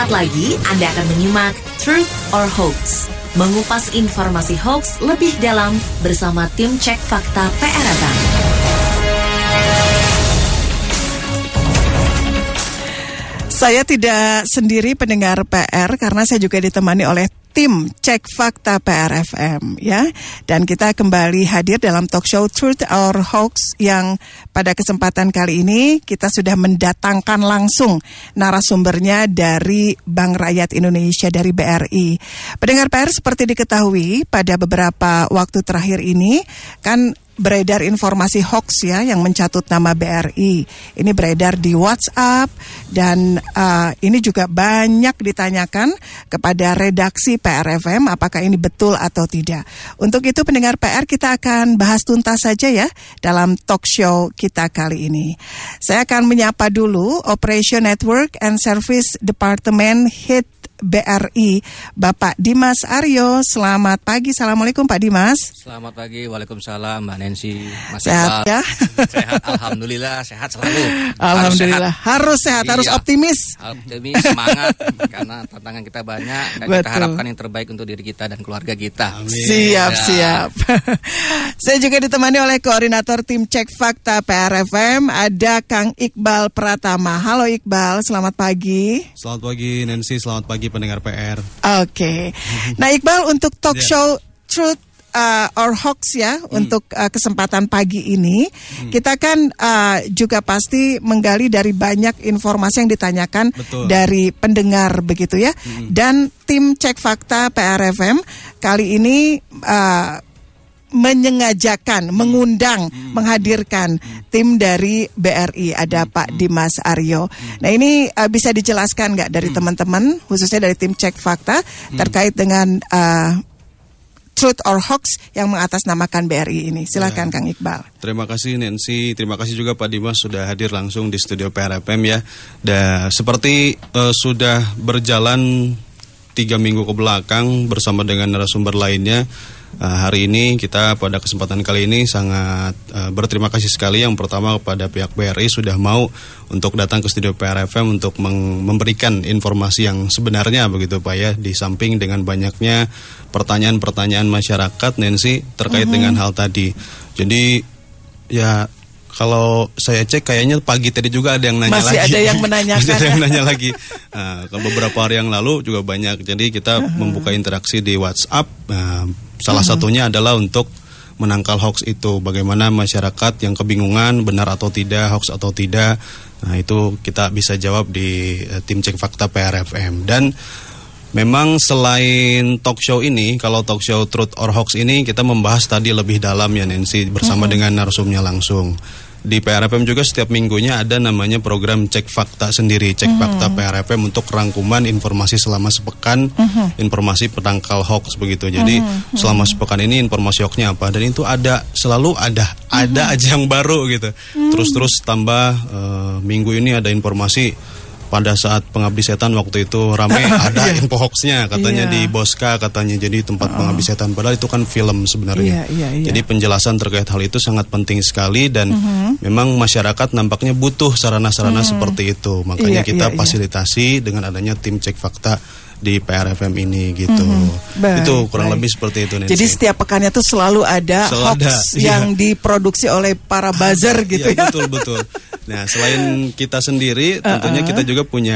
Sesaat lagi Anda akan menyimak Truth or Hoax, mengupas informasi hoax lebih dalam bersama tim Cek Fakta PRFM. Saya tidak sendiri pendengar PR karena saya juga ditemani oleh tim Cek Fakta PRFM ya. Dan kita kembali hadir dalam talk show Truth or Hoax yang pada kesempatan kali ini kita sudah mendatangkan langsung narasumbernya dari Bank Rakyat Indonesia, dari BRI. Pendengar PR, seperti diketahui pada beberapa waktu terakhir ini kan beredar informasi hoax ya yang mencatut nama BRI. Ini beredar di WhatsApp dan ini juga banyak ditanyakan kepada redaksi PRFM apakah ini betul atau tidak. Untuk itu pendengar PR, kita akan bahas tuntas saja ya dalam talk show kita kali ini. Saya akan menyapa dulu Operation Network and Service Department Head BRI, Bapak Dimas Aryo. Selamat pagi. Assalamualaikum Pak Dimas. Selamat pagi. Waalaikumsalam Mbak Nancy. Mas sehat ya? Sehat, alhamdulillah, sehat selalu. Alhamdulillah. Harus sehat, harus optimis. Optimis, semangat karena tantangan kita banyak dan Betul. Kita harapkan yang terbaik untuk diri kita dan keluarga kita. Amin. Siap. Saya juga ditemani oleh koordinator tim Cek Fakta PRFM, ada Kang Iqbal Pratama. Halo Iqbal, selamat pagi. Selamat pagi Nancy, selamat pagi pendengar PR. Oke. Nah Iqbal, untuk talk show Truth or Hoax ya, untuk kesempatan pagi ini kita kan juga pasti menggali dari banyak informasi yang ditanyakan dari pendengar begitu ya. Dan tim Cek Fakta PRFM kali ini menyengajakan, mengundang, menghadirkan tim dari BRI, ada Pak Dimas Aryo. Nah ini bisa dijelaskan nggak dari teman-teman, khususnya dari tim Cek Fakta, terkait dengan Truth or Hoax yang mengatasnamakan BRI ini. Silakan Kang Iqbal. Terima kasih Nancy, terima kasih juga Pak Dimas sudah hadir langsung di studio PRFM ya. Dan seperti sudah berjalan 3 minggu ke belakang bersama dengan narasumber lainnya, hari ini kita pada kesempatan kali ini sangat berterima kasih sekali. Yang pertama kepada pihak BRI sudah mau untuk datang ke studio PRFM untuk memberikan informasi yang sebenarnya begitu Pak ya. Di samping dengan banyaknya pertanyaan-pertanyaan masyarakat Nancy terkait dengan hal tadi. Jadi ya kalau saya cek kayaknya pagi tadi juga ada yang nanya masih lagi. Ada yang menanyakan. Masih ada yang nanya lagi. Beberapa hari yang lalu juga banyak. Jadi kita membuka interaksi di WhatsApp. Salah satunya adalah untuk menangkal hoax itu. Bagaimana masyarakat yang kebingungan benar atau tidak, hoax atau tidak. Nah itu kita bisa jawab di tim Cek Fakta PRFM. Dan memang selain talk show ini, kalau talk show Truth or Hoax ini kita membahas tadi lebih dalam ya Nancy bersama dengan narsumnya langsung. Di PRFM juga setiap minggunya ada namanya program Cek Fakta sendiri, Cek Fakta PRFM untuk rangkuman informasi selama sepekan, informasi penangkal hoax begitu. Jadi selama sepekan ini informasi hoaxnya apa, dan itu selalu ada aja yang baru gitu. Terus tambah minggu ini ada informasi. Pada saat Pengabdi Setan waktu itu ramai ada info hoaxnya katanya di Boska katanya jadi tempat Pengabdi Setan, padahal itu kan film sebenarnya. Jadi penjelasan terkait hal itu sangat penting sekali dan memang masyarakat nampaknya butuh sarana-sarana seperti itu. Makanya kita fasilitasi dengan adanya tim Cek Fakta di PRFM ini gitu. Itu kurang lebih seperti itu Nancy. Jadi setiap pekannya tuh selalu ada hoax yang diproduksi oleh para buzzer gitu ya. Betul. Nah, selain kita sendiri tentunya kita juga punya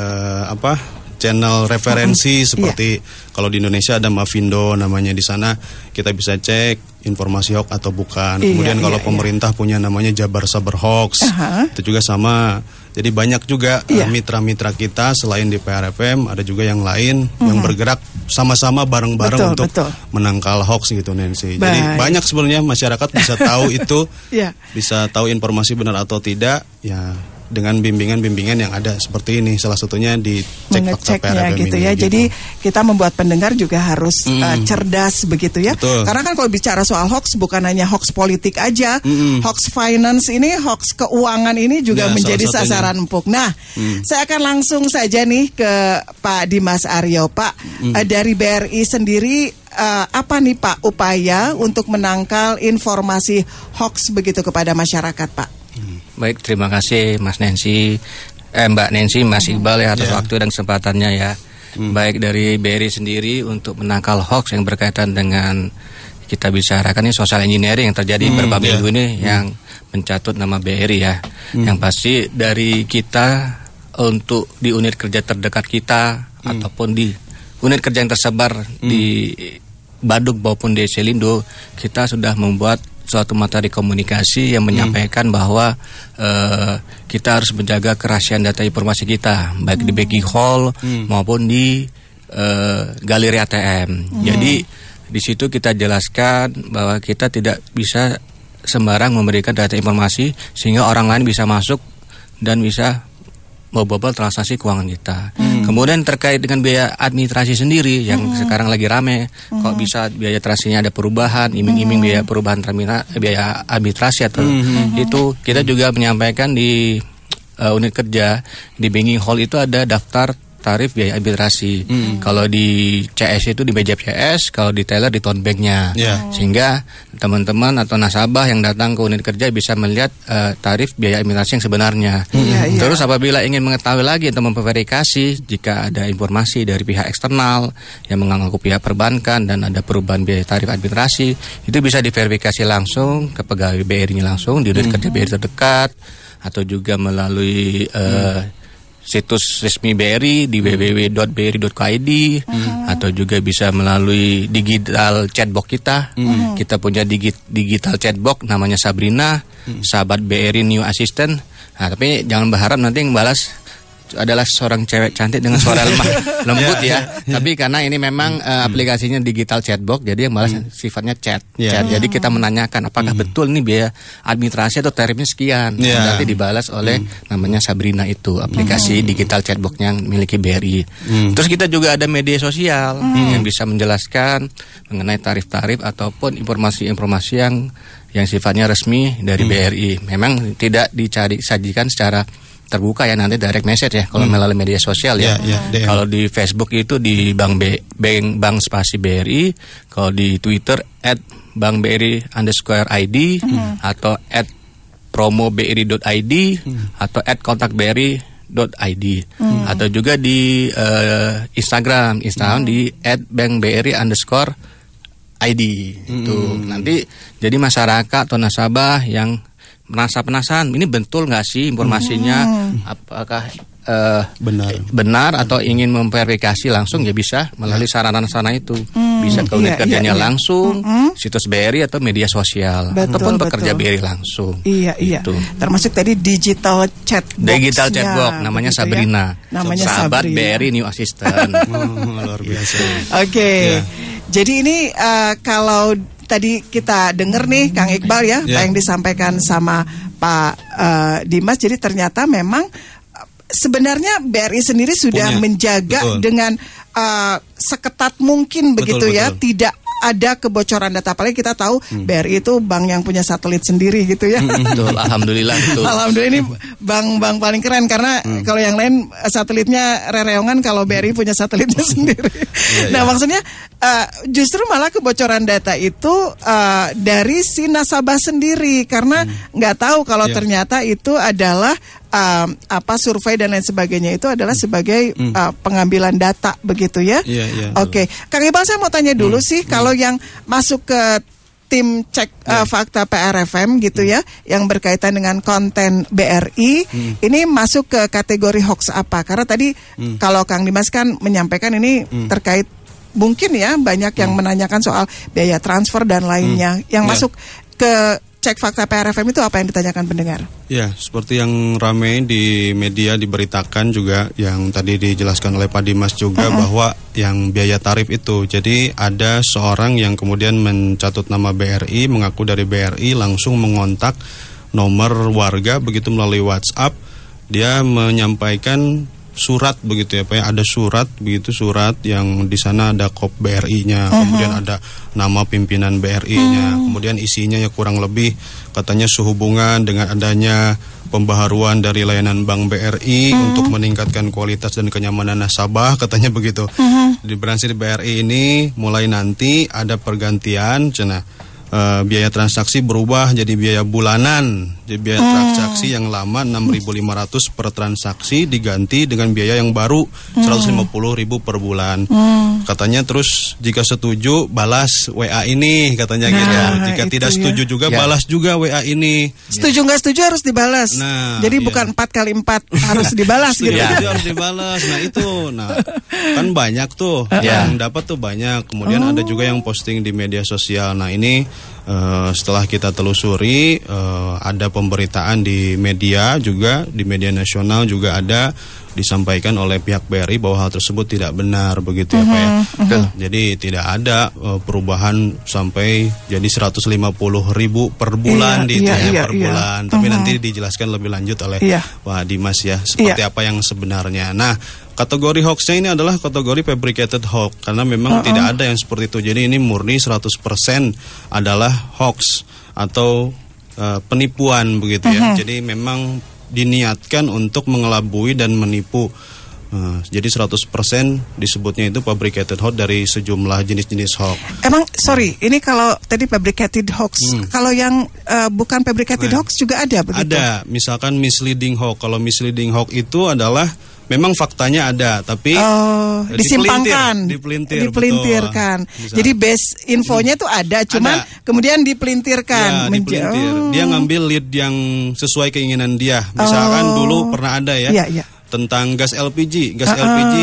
channel referensi seperti kalau di Indonesia ada Mavindo namanya, di sana kita bisa cek informasi hoax atau bukan. Kemudian kalau pemerintah punya namanya Jabar Sabar Hoax. Itu juga sama. Jadi banyak juga mitra-mitra kita selain di PRFM ada juga yang lain yang bergerak sama-sama bareng-bareng untuk menangkal hoax gitu Nancy. Jadi banyak sebenarnya masyarakat bisa tahu itu, bisa tahu informasi benar atau tidak ya dengan bimbingan-bimbingan yang ada seperti ini, salah satunya di Cek Fakta PRFM gitu ini, ya. gitu. Jadi kita membuat pendengar juga harus cerdas begitu ya. Betul. Karena kan kalau bicara soal hoax bukan hanya hoax politik aja, hoax finance ini, hoax keuangan ini juga menjadi sasaran empuk. Nah, saya akan langsung saja nih ke Pak Dimas Aryo. Pak, dari BRI sendiri apa nih Pak upaya untuk menangkal informasi hoax begitu kepada masyarakat Pak? Baik, terima kasih Mas Nancy. Mbak Nancy, Mas Iqbal ya atas waktu dan kesempatannya ya. Baik dari BRI sendiri untuk menangkal hoax yang berkaitan dengan kita bicarakan ini social engineering yang terjadi beberapa minggu ini yang mencatut nama BRI ya. Yang pasti dari kita untuk di unit kerja terdekat kita ataupun di unit kerja yang tersebar di Badung maupun di Selindo, kita sudah membuat suatu materi komunikasi yang menyampaikan bahwa kita harus menjaga kerahasiaan data informasi kita baik di banking hall maupun di galeri ATM. Jadi di situ kita jelaskan bahwa kita tidak bisa sembarang memberikan data informasi sehingga orang lain bisa masuk dan bisa membobol transaksi keuangan kita. Kemudian terkait dengan biaya administrasi sendiri yang sekarang lagi rame, kok bisa biaya transaksinya ada perubahan, iming-iming biaya perubahan biaya administrasi atau itu kita juga menyampaikan di unit kerja di banking hall itu ada daftar tarif biaya administrasi. Kalau di CS itu di meja CS, kalau di teller di town banknya. Sehingga teman-teman atau nasabah yang datang ke unit kerja bisa melihat tarif biaya administrasi yang sebenarnya. Terus apabila ingin mengetahui lagi atau memverifikasi jika ada informasi dari pihak eksternal yang mengaku pihak perbankan dan ada perubahan biaya tarif administrasi, itu bisa diverifikasi langsung ke pegawai BRI-nya langsung di unit kerja BRI terdekat atau juga melalui situs resmi BRI di www.bri.id atau juga bisa melalui digital chatbot kita. Kita punya digital chatbot namanya Sabrina, sahabat BRI New Assistant. Nah, tapi jangan berharap nanti yang balas adalah seorang cewek cantik dengan suara lembut ya. Tapi karena ini memang aplikasinya digital chatbot, jadi yang balas sifatnya chat. Jadi kita menanyakan apakah betul ini biaya administrasi atau tarifnya sekian. Nanti dibalas oleh namanya Sabrina itu aplikasi digital chatbot yang miliki BRI. Terus kita juga ada media sosial yang bisa menjelaskan mengenai tarif-tarif ataupun informasi-informasi yang sifatnya resmi dari BRI. Memang tidak sajikan secara terbuka ya, nanti direct message ya kalau melalui media sosial ya. Kalau di Facebook itu di Bank Spasi BRI, kalau di Twitter @bankbri_id atau @promobri.id atau @kontakbri.id atau juga di Instagram di @bankbri_id itu. Nanti jadi masyarakat atau nasabah yang merasa penasaran, ini betul nggak sih informasinya, apakah benar atau ingin memverifikasi langsung ya bisa melalui sarana-sarana itu, bisa ke unit kerjanya langsung, situs BRI atau media sosial, ataupun pekerja BRI langsung. Gitu. Termasuk tadi digital chatbox namanya Sabrina, namanya sahabat BRI New Assistant. Luar biasa. Jadi ini kalau tadi kita dengar nih Kang Iqbal ya, apa yang disampaikan sama Pak Dimas. Jadi ternyata memang sebenarnya BRI sendiri sudah menjaga dengan seketat mungkin begitu ya, tidak ada kebocoran data. Apalagi kita tahu BRI itu bank yang punya satelit sendiri gitu ya. Betul, alhamdulillah. Betul. Alhamdulillah ini bank paling keren karena kalau yang lain satelitnya rereongan, kalau BRI punya satelitnya sendiri. Maksudnya justru malah kebocoran data itu dari si nasabah sendiri karena nggak tahu kalau ternyata itu adalah survei dan lain sebagainya itu adalah sebagai pengambilan data begitu ya. Oke. Kang Iqbal, saya mau tanya dulu sih kalau yang masuk ke tim cek fakta PRFM gitu ya, yang berkaitan dengan konten BRI, ini masuk ke kategori hoax apa? Karena tadi kalau Kang Dimas kan menyampaikan ini terkait mungkin ya banyak yang menanyakan soal biaya transfer dan lainnya. Yang masuk ke cek fakta PRFM itu apa yang ditanyakan pendengar? Ya, seperti yang ramai di media diberitakan juga, yang tadi dijelaskan oleh Pak Dimas juga bahwa yang biaya tarif itu, jadi ada seorang yang kemudian mencatut nama BRI, mengaku dari BRI, langsung mengontak nomor warga begitu melalui WhatsApp. Dia menyampaikan surat begitu ya Pak ya, ada surat begitu, surat yang di sana ada kop BRI-nya, kemudian ada nama pimpinan BRI-nya, kemudian isinya ya kurang lebih katanya sehubungan dengan adanya pembaharuan dari layanan Bank BRI untuk meningkatkan kualitas dan kenyamanan nasabah, katanya begitu. Di branch BRI ini mulai nanti ada pergantian, biaya transaksi berubah jadi biaya bulanan. Jadi biaya transaksi yang lama 6.500 per transaksi diganti dengan biaya yang baru 150.000 per bulan. Katanya terus jika setuju balas WA ini katanya gitu. Jika tidak setuju juga balas juga WA ini. Setuju nggak setuju harus dibalas. Jadi bukan 4 kali 4 harus dibalas gitu. Setuju harus dibalas. Nah itu, kan banyak tuh yang dapat tuh banyak. Kemudian ada juga yang posting di media sosial. Nah ini setelah kita telusuri ada pemberitaan di media juga, di media nasional juga ada disampaikan oleh pihak BRI bahwa hal tersebut tidak benar begitu ya Pak ya. Jadi tidak ada perubahan sampai jadi 150.000 per bulan per bulan. Tapi nanti dijelaskan lebih lanjut oleh Pak Dimas ya seperti apa yang sebenarnya. Nah, kategori hoaxnya ini adalah kategori fabricated hoax karena memang tidak ada yang seperti itu. Jadi ini murni 100% adalah hoax atau penipuan begitu ya. Jadi memang diniatkan untuk mengelabui dan menipu. Jadi 100% disebutnya itu fabricated hoax dari sejumlah jenis-jenis hoax. Emang sorry, ini kalau tadi fabricated hoax, kalau yang bukan fabricated hoax juga ada begitu? Ada, misalkan misleading hoax. Kalau misleading hoax itu adalah memang faktanya ada, tapi dipelintirkan. Jadi base infonya tuh ada, cuman kemudian dipelintirkan. Dia ngambil lead yang sesuai keinginan dia. Misalkan dulu pernah ada tentang gas LPG. Gas LPG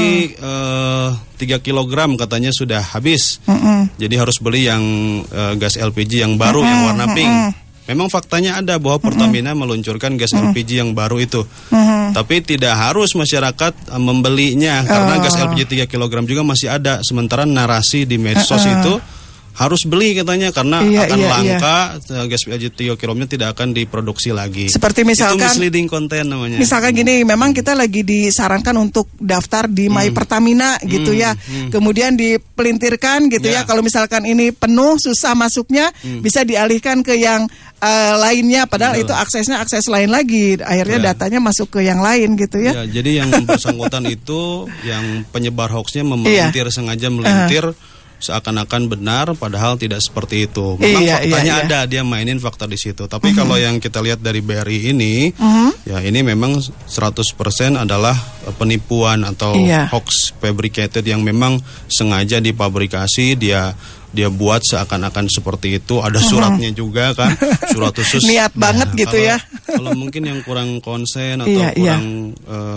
3 kg katanya sudah habis. Jadi harus beli yang gas LPG yang baru, yang warna pink. Memang faktanya ada bahwa Pertamina meluncurkan gas LPG yang baru itu. Tapi tidak harus masyarakat membelinya karena gas LPG 3 kg juga masih ada. Sementara narasi di medsos itu harus beli katanya karena akan langka, gas LPG 3 kg tidak akan diproduksi lagi. Seperti misalkan itu misleading content namanya. Misalkan gini, memang kita lagi disarankan untuk daftar di My Pertamina gitu ya. Kemudian dipelintirkan gitu ya. Kalau misalkan ini penuh susah masuknya, bisa dialihkan ke yang lainnya, padahal itu akses lain lagi. Akhirnya datanya masuk ke yang lain gitu ya. Jadi yang bersangkutan itu yang penyebar hoaxnya memelintir, sengaja melintir seakan-akan benar padahal tidak seperti itu. Memang faktanya ada, dia mainin fakta di situ. Tapi kalau yang kita lihat dari BRI ini, ya ini memang 100% adalah penipuan atau hoax fabricated yang memang sengaja dipabrikasi, dia buat seakan-akan seperti itu. Ada suratnya juga kan, surat khusus. Niat banget gitu ya. Kalau mungkin yang kurang konsen atau kurang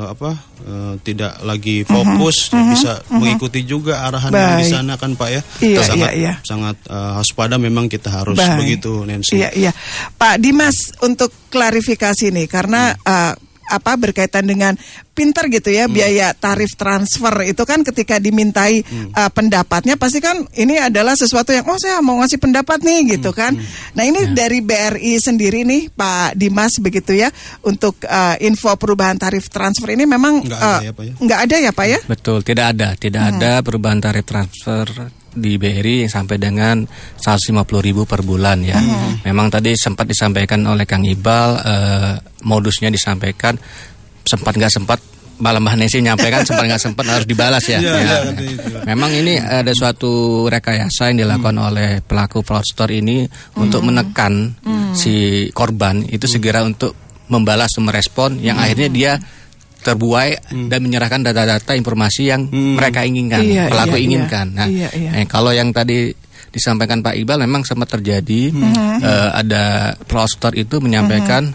tidak lagi fokus, bisa mengikuti juga arahan yang di sana kan Pak ya. Sangat waspada memang kita harus begitu Nancy. Pak Dimas, untuk klarifikasi nih karena berkaitan dengan pinter gitu ya, biaya tarif transfer itu kan ketika dimintai pendapatnya pasti kan ini adalah sesuatu yang saya mau ngasih pendapat nih gitu kan. Nah ini dari BRI sendiri nih Pak Dimas begitu ya, untuk info perubahan tarif transfer ini memang nggak ada ya Pak ya? Betul, tidak ada perubahan tarif transfer di BRI yang sampai dengan 150.000 per bulan ya. Memang tadi sempat disampaikan oleh Kang Ibal, modusnya disampaikan sempat nggak sempat, malah Mbak Nesi menyampaikan sempat nggak sempat harus dibalas ya. Memang ini ada suatu rekayasa yang dilakukan oleh pelaku fraudster ini untuk menekan si korban itu segera untuk membalas, merespon yang akhirnya dia terbuai dan menyerahkan data-data informasi yang mereka inginkan, pelaku inginkan. Nah, kalau yang tadi disampaikan Pak Iqbal memang sempat terjadi, ada fraudster itu menyampaikan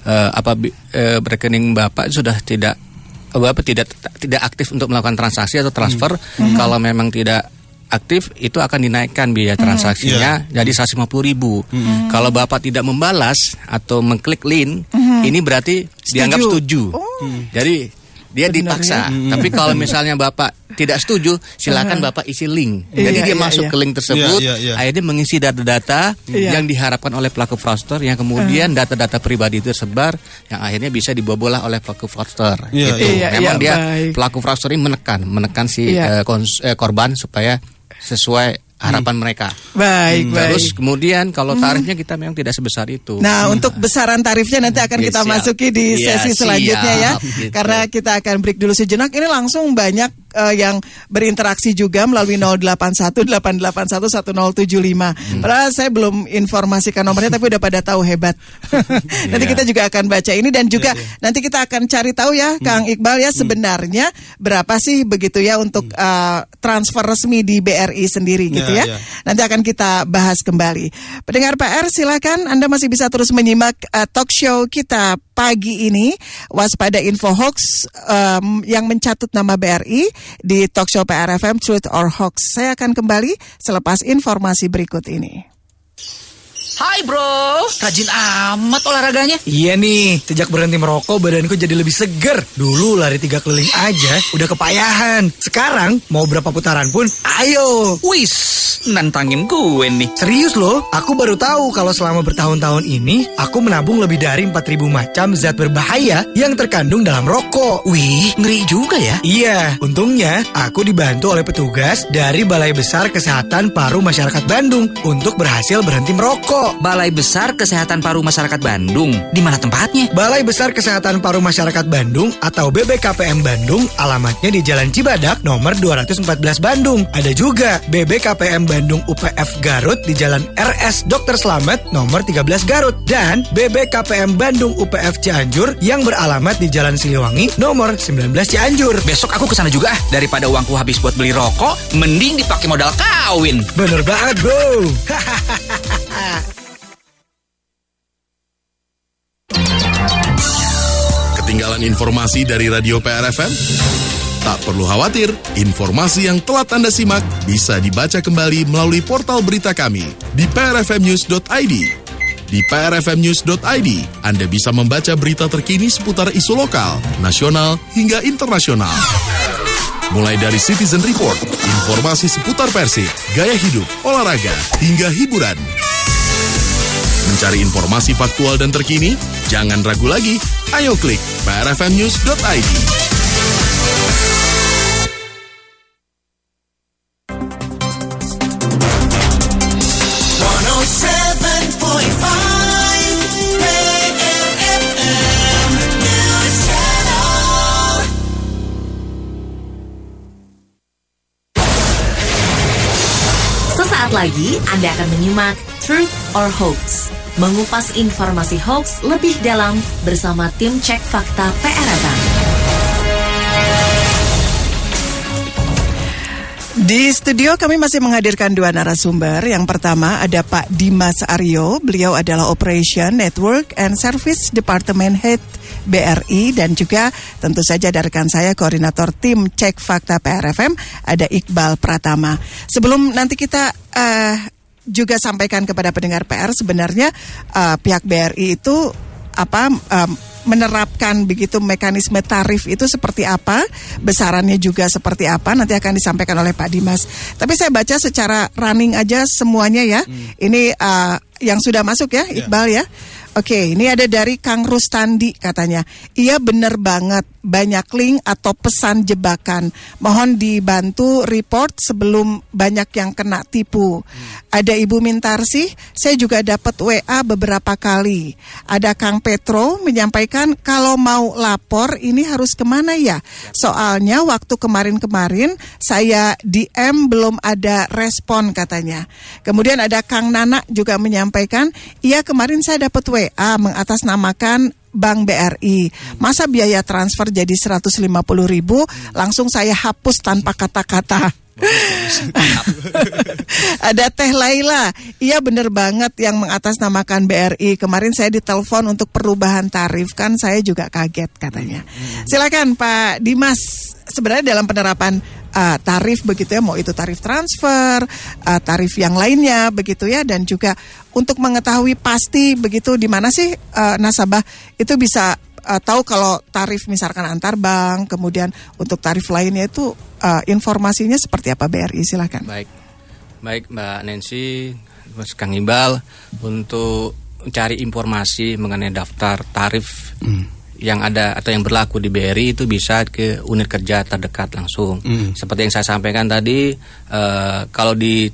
rekening Bapak sudah tidak aktif untuk melakukan transaksi atau transfer. Kalau memang tidak aktif itu akan dinaikkan biaya transaksinya jadi 150.000. Kalau Bapak tidak membalas atau mengklik link, ini berarti dianggap setuju. Jadi dia dipaksa. Tapi kalau misalnya Bapak tidak setuju, silakan Bapak isi link. Jadi dia masuk ke link tersebut, akhirnya mengisi data-data yang diharapkan oleh pelaku fraudster, yang kemudian data-data pribadi itu tersebar, yang akhirnya bisa dibobolah oleh pelaku fraudster. Memang dia pelaku fraudster ini menekan si korban supaya sesuai harapan mereka. Baik. Terus kemudian kalau tarifnya kita memang tidak sebesar itu. Nah, untuk besaran tarifnya nanti akan kita masuki di sesi selanjutnya ya. Gitu. Karena kita akan break dulu sejenak. Ini langsung banyak yang berinteraksi juga melalui 0818811075. Padahal saya belum informasikan nomornya tapi udah pada tahu, hebat. Nanti kita juga akan baca ini dan juga nanti kita akan cari tahu ya Kang Iqbal ya sebenarnya berapa sih begitu ya untuk transfer resmi di BRI sendiri gitu ya. Nanti akan kita bahas kembali. Pendengar PR silakan Anda masih bisa terus menyimak talk show kita pagi ini, Waspada Info Hoax yang mencatut nama BRI di talk show PR FM Truth or Hoax. Saya akan kembali selepas informasi berikut ini. Hai bro, rajin amat olahraganya. Iya nih, sejak berhenti merokok badanku jadi lebih seger. Dulu lari 3 keliling aja udah kepayahan. Sekarang mau berapa putaran pun ayo. Wis, nantangin gue nih. Serius loh, aku baru tahu kalau selama bertahun-tahun ini aku menabung lebih dari 4.000 macam zat berbahaya yang terkandung dalam rokok. Wih, ngeri juga ya. Iya, untungnya aku dibantu oleh petugas dari Balai Besar Kesehatan Paru Masyarakat Bandung untuk berhasil berhenti merokok. Balai Besar Kesehatan Paru Masyarakat Bandung, di mana tempatnya? Balai Besar Kesehatan Paru Masyarakat Bandung atau BBKPM Bandung, alamatnya di Jalan Cibadak nomor 214 Bandung. Ada juga BBKPM Bandung UPF Garut di Jalan RS Dr. Slamet nomor 13 Garut dan BBKPM Bandung UPF Cianjur yang beralamat di Jalan Siliwangi nomor 19 Cianjur. Besok aku kesana juga, daripada uangku habis buat beli rokok, mending dipakai modal kawin. Bener banget bro. Ketinggalan informasi dari Radio PR FM? Tak perlu khawatir, informasi yang telat Anda simak bisa dibaca kembali melalui portal berita kami di prfmnews.id. Di prfmnews.id, Anda bisa membaca berita terkini seputar isu lokal, nasional, hingga internasional. Mulai dari Citizen Report, informasi seputar Persib, gaya hidup, olahraga, hingga hiburan. Mencari informasi faktual dan terkini? Jangan ragu lagi, ayo klik prfmnews.id. Sesaat lagi Anda akan menyimak Truth or Hoax, mengupas informasi hoax lebih dalam bersama tim Cek Fakta PR FM. Di studio kami masih menghadirkan 2 narasumber. Yang pertama ada Pak Dimas Aryo. Beliau adalah Operation Network and Service Department Head BRI dan juga tentu saja dari rekan saya koordinator tim Cek Fakta PR FM ada Iqbal Pratama. Sebelum nanti kita juga sampaikan kepada pendengar PR sebenarnya pihak BRI itu menerapkan begitu mekanisme tarif itu seperti apa, besarannya juga seperti apa, nanti akan disampaikan oleh Pak Dimas. Tapi saya baca secara running aja semuanya ya. Ini yang sudah masuk ya, Iqbal ya. Oke, ini ada dari Kang Rustandi katanya. Iya benar banget, banyak link atau pesan jebakan. Mohon dibantu report sebelum banyak yang kena tipu. Ada Ibu Mintarsi, saya juga dapat WA beberapa kali. Ada Kang Petro menyampaikan kalau mau lapor ini harus kemana ya? Soalnya waktu kemarin-kemarin saya DM belum ada respon katanya. Kemudian ada Kang Nana juga menyampaikan, iya kemarin saya dapat WA mengatasnamakan Bank BRI. Masa biaya transfer jadi 150.000 langsung saya hapus tanpa kata-kata. Ada Teh Laila, iya bener banget yang mengatasnamakan BRI. Kemarin saya ditelepon untuk perubahan tarif, kan saya juga kaget katanya. Silakan Pak Dimas, sebenarnya dalam penerapan tarif begitu ya, mau itu tarif transfer, tarif yang lainnya begitu ya, dan juga untuk mengetahui pasti begitu di mana sih nasabah itu bisa tahu kalau tarif misalkan antar bank, kemudian untuk tarif lainnya itu informasinya seperti apa BRI, silakan. Baik Mbak Nancy, Mas Kang Iqbal, untuk mencari informasi mengenai daftar tarif yang ada atau yang berlaku di BRI itu bisa ke unit kerja terdekat langsung. Seperti yang saya sampaikan tadi, kalau di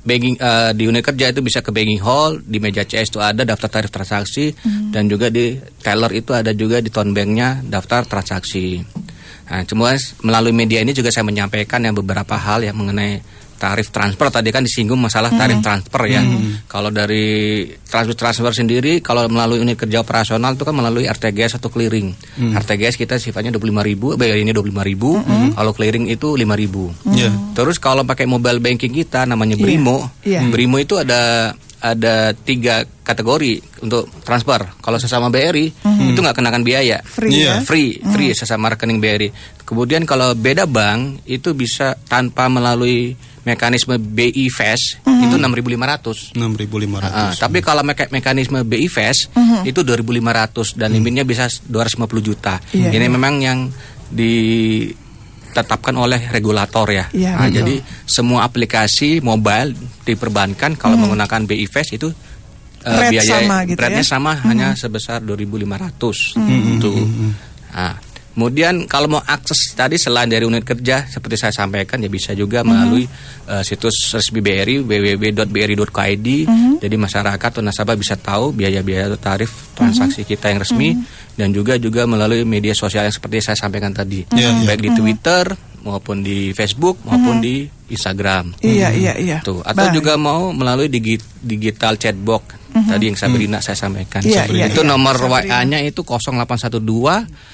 banking di unit kerja itu bisa ke banking hall, di meja CS itu ada daftar tarif transaksi, dan juga di teller itu ada juga di town banknya daftar transaksi. Nah, cuma melalui media ini juga saya menyampaikan yang beberapa hal yang mengenai tarif transfer. Tadi kan disinggung masalah tarif transfer ya. Kalau dari transfer sendiri, kalau melalui unit kerja operasional itu kan melalui RTGS atau clearing. RTGS kita sifatnya 25.000, bayarnya 25.000. Kalau clearing itu 5.000. Terus kalau pakai mobile banking kita namanya Brimo. Brimo itu ada 3 kategori untuk transfer. Kalau sesama BRI itu nggak kenakan biaya, free sesama rekening BRI. Kemudian kalau beda bank itu bisa tanpa melalui mekanisme BI Fast itu 6.500. Tapi kalau mekanisme BI Fast itu 2.500 dan limitnya bisa 250 juta. Ini memang yang ditetapkan oleh regulator ya. Jadi semua aplikasi mobile diperbankan kalau menggunakan BI Fast itu biaya beratnya sama hanya sebesar 2.500 itu. Kemudian kalau mau akses tadi selain dari unit kerja seperti saya sampaikan ya bisa juga melalui situs resmi BRI www.bri.id. Jadi masyarakat atau nasabah bisa tahu biaya-biaya atau tarif transaksi kita yang resmi, dan juga melalui media sosial yang seperti saya sampaikan tadi, baik di Twitter maupun di Facebook maupun di Instagram. Tuh. Atau juga mau melalui digital chatbot tadi yang Sabrina saya sampaikan. Itu nomor WA-nya itu 0812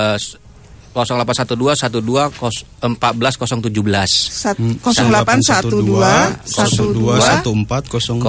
0812 12 14 017 0812 0812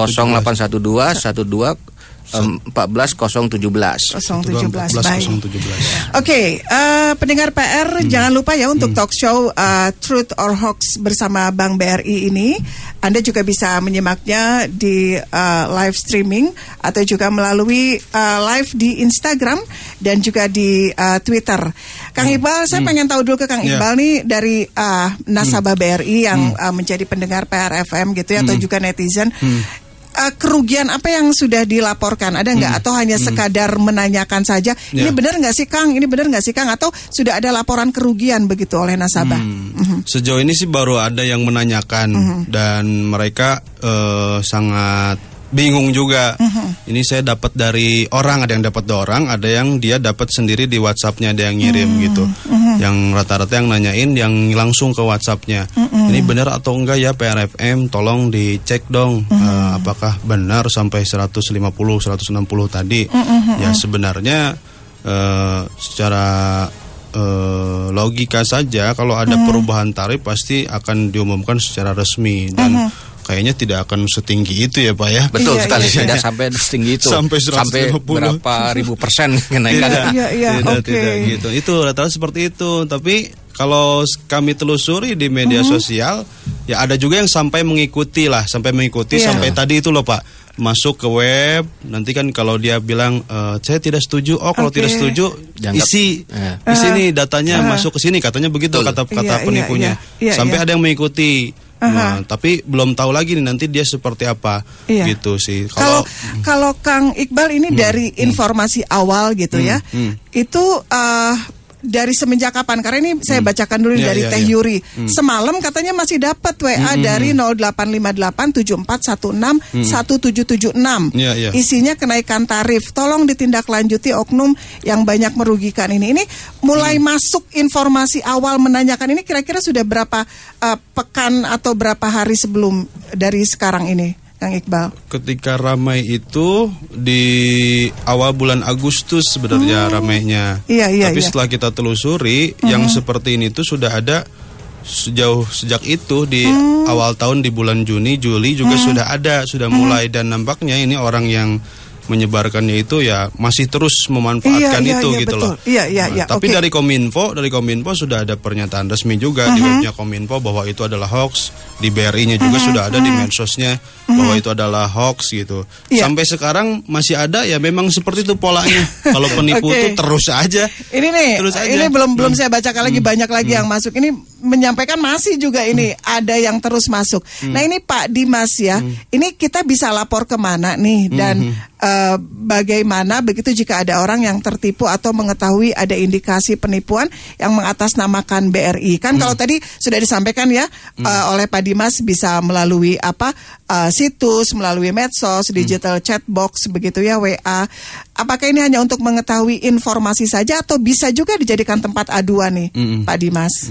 12 14 017. Baik. Oke, pendengar PR jangan lupa ya untuk talk show Truth or Hoax bersama Bank BRI ini. Anda juga bisa menyimaknya di live streaming atau juga melalui live di Instagram dan juga di Twitter. Kang Iqbal, saya pengen tahu dulu ke Kang Iqbal nih dari nasabah BRI yang menjadi pendengar PR FM gitu ya, atau juga netizen. Kerugian apa yang sudah dilaporkan, ada nggak, atau hanya sekadar menanyakan saja ini benar nggak sih Kang, ini benar nggak sih Kang, atau sudah ada laporan kerugian begitu oleh nasabah? Sejauh ini sih baru ada yang menanyakan dan mereka sangat bingung juga. Ini saya dapat dari orang, ada yang dapat dari orang, ada yang dia dapat sendiri di WhatsApp-nya, ada yang ngirim gitu. Yang rata-rata yang nanyain yang langsung ke WhatsApp-nya. Ini benar atau enggak ya PRFM, tolong dicek dong apakah benar sampai 150 160 tadi. Ya sebenarnya secara logika saja kalau ada perubahan tarif pasti akan diumumkan secara resmi dan kayaknya tidak akan setinggi itu ya Pak ya. Betul sekali, tidak sampai setinggi itu. Sampai berapa ribu persen kenaikan. Tidak gitu. Itu rata-rata seperti itu. Tapi kalau kami telusuri di media sosial, ya ada juga yang sampai mengikuti sampai tadi itu loh Pak. Masuk ke web, nanti kan kalau dia bilang saya tidak setuju, kalau tidak setuju isi nih datanya masuk ke sini, katanya begitu kata penipunya. Sampai ada yang mengikuti. Nah, tapi belum tahu lagi nih nanti dia seperti apa gitu sih. Kalau Kang Iqbal ini dari informasi awal gitu ya, itu dari semenjak kapan? Karena ini saya bacakan dulu dari Teh Yuri. Semalam katanya masih dapat WA dari 085874161776. Isinya kenaikan tarif. Tolong ditindaklanjuti oknum yang banyak merugikan ini. Ini mulai masuk informasi awal menanyakan ini kira-kira sudah berapa pekan atau berapa hari sebelum dari sekarang ini? Kang Iqbal. Ketika ramai itu di awal bulan Agustus sebenarnya ramainya. Tapi setelah kita telusuri yang seperti ini tuh sudah ada sejak itu di awal tahun di bulan Juni, Juli juga sudah mulai, dan nampaknya ini orang yang menyebarkannya itu ya masih terus memanfaatkan gitu loh. Tapi dari Kominfo sudah ada pernyataan resmi juga di webnya Kominfo bahwa itu adalah hoax. Di BRI-nya juga sudah ada di medsosnya bahwa itu adalah hoax gitu. Sampai sekarang masih ada ya, memang seperti itu polanya. Kalau penipu itu terus aja. Ini belum saya bacakan lagi, banyak lagi yang masuk. Ini menyampaikan masih juga ini ada yang terus masuk. Nah ini Pak Dimas ya, ini kita bisa lapor kemana nih, dan bagaimana begitu jika ada orang yang tertipu atau mengetahui ada indikasi penipuan yang mengatasnamakan BRI. Kan kalau tadi sudah disampaikan ya oleh Pak Dimas, bisa melalui situs, melalui medsos, digital chat box begitu ya, WA. Apakah ini hanya untuk mengetahui informasi saja atau bisa juga dijadikan tempat aduan nih, Pak Dimas?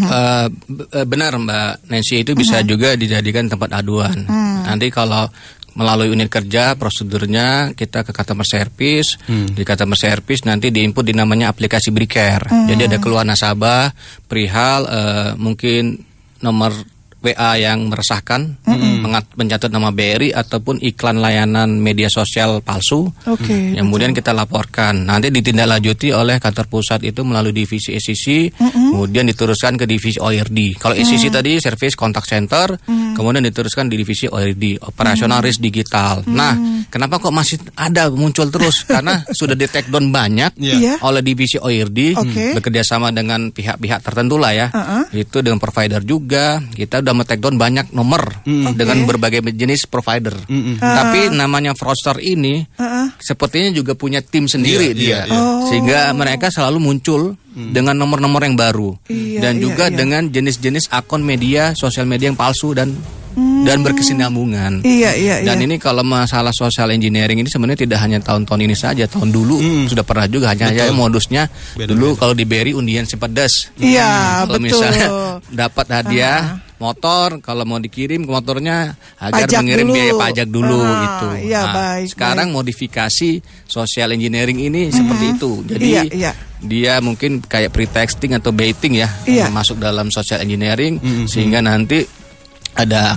Benar Mbak Nancy, itu bisa juga dijadikan tempat aduan. Nanti kalau melalui unit kerja, prosedurnya kita ke customer service. Di customer service nanti diinput di namanya aplikasi BRICare. Jadi ada keluhan nasabah perihal mungkin nomor WA yang meresahkan, mencatut nama BRI ataupun iklan layanan media sosial palsu. Yang kemudian kita laporkan. Nanti ditindaklanjuti oleh kantor pusat itu melalui divisi SCC, kemudian diteruskan ke divisi ORD. Kalau SCC tadi Service Contact Center, kemudian diteruskan di divisi ORD, Operasional Risk Digital. Nah, kenapa kok masih ada muncul terus? Karena sudah di take down banyak oleh divisi ORD, bekerja sama dengan pihak-pihak tertentu lah ya. Itu dengan provider juga. Kita udah men-take down banyak nomor dengan berbagai jenis provider. Tapi namanya fraudster ini sepertinya juga punya tim sendiri dia. Sehingga mereka selalu muncul dengan nomor-nomor yang baru. Dan juga dengan jenis-jenis akun media, sosial media yang palsu dan berkesinambungan. Dan ini kalau masalah social engineering ini sebenarnya tidak hanya tahun-tahun ini saja, tahun dulu sudah pernah juga, hanya modusnya dulu kalau di BRI undian si pedas. Kalau misalnya dapat hadiah motor, kalau mau dikirim ke motornya agar pajak mengirim dulu. biaya pajak dulu itu. Sekarang modifikasi social engineering ini seperti itu. Jadi dia mungkin kayak pretexting atau baiting ya, masuk dalam social engineering sehingga nanti ada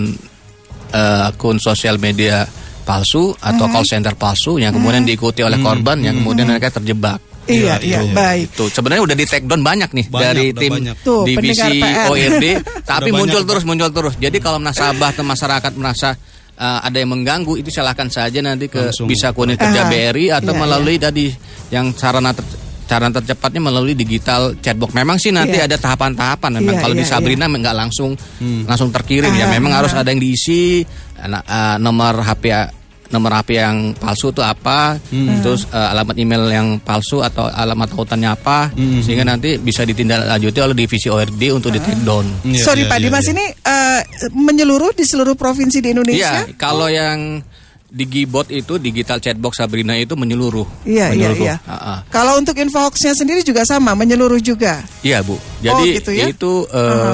akun sosial media palsu atau call center palsu yang kemudian diikuti oleh korban yang kemudian mereka terjebak. Baik. Itu sebenarnya udah di take down banyak nih dari tim divisi ORD, tapi muncul terus. Jadi kalau nasabah atau masyarakat merasa ada yang mengganggu, itu silahkan saja nanti bisa ke unit kerja BRI atau melalui tadi yang cara tercepatnya melalui digital chatbox. Memang sih nanti ada tahapan-tahapan. Memang kalau di Sabrina nggak langsung terkirim ya. Memang harus ada yang diisi nomor HP yang palsu itu apa, terus alamat email yang palsu atau alamat tautannya apa, sehingga nanti bisa ditindaklanjuti oleh divisi ORD untuk di take down. Sorry Pak Dimas, ini menyeluruh di seluruh provinsi di Indonesia? Iya, kalau yang di Gibot itu digital chatbox Sabrina itu menyeluruh. Iya. Kalau untuk info hoax-nya sendiri juga sama, menyeluruh juga. Iya Bu. Jadi gitu ya? itu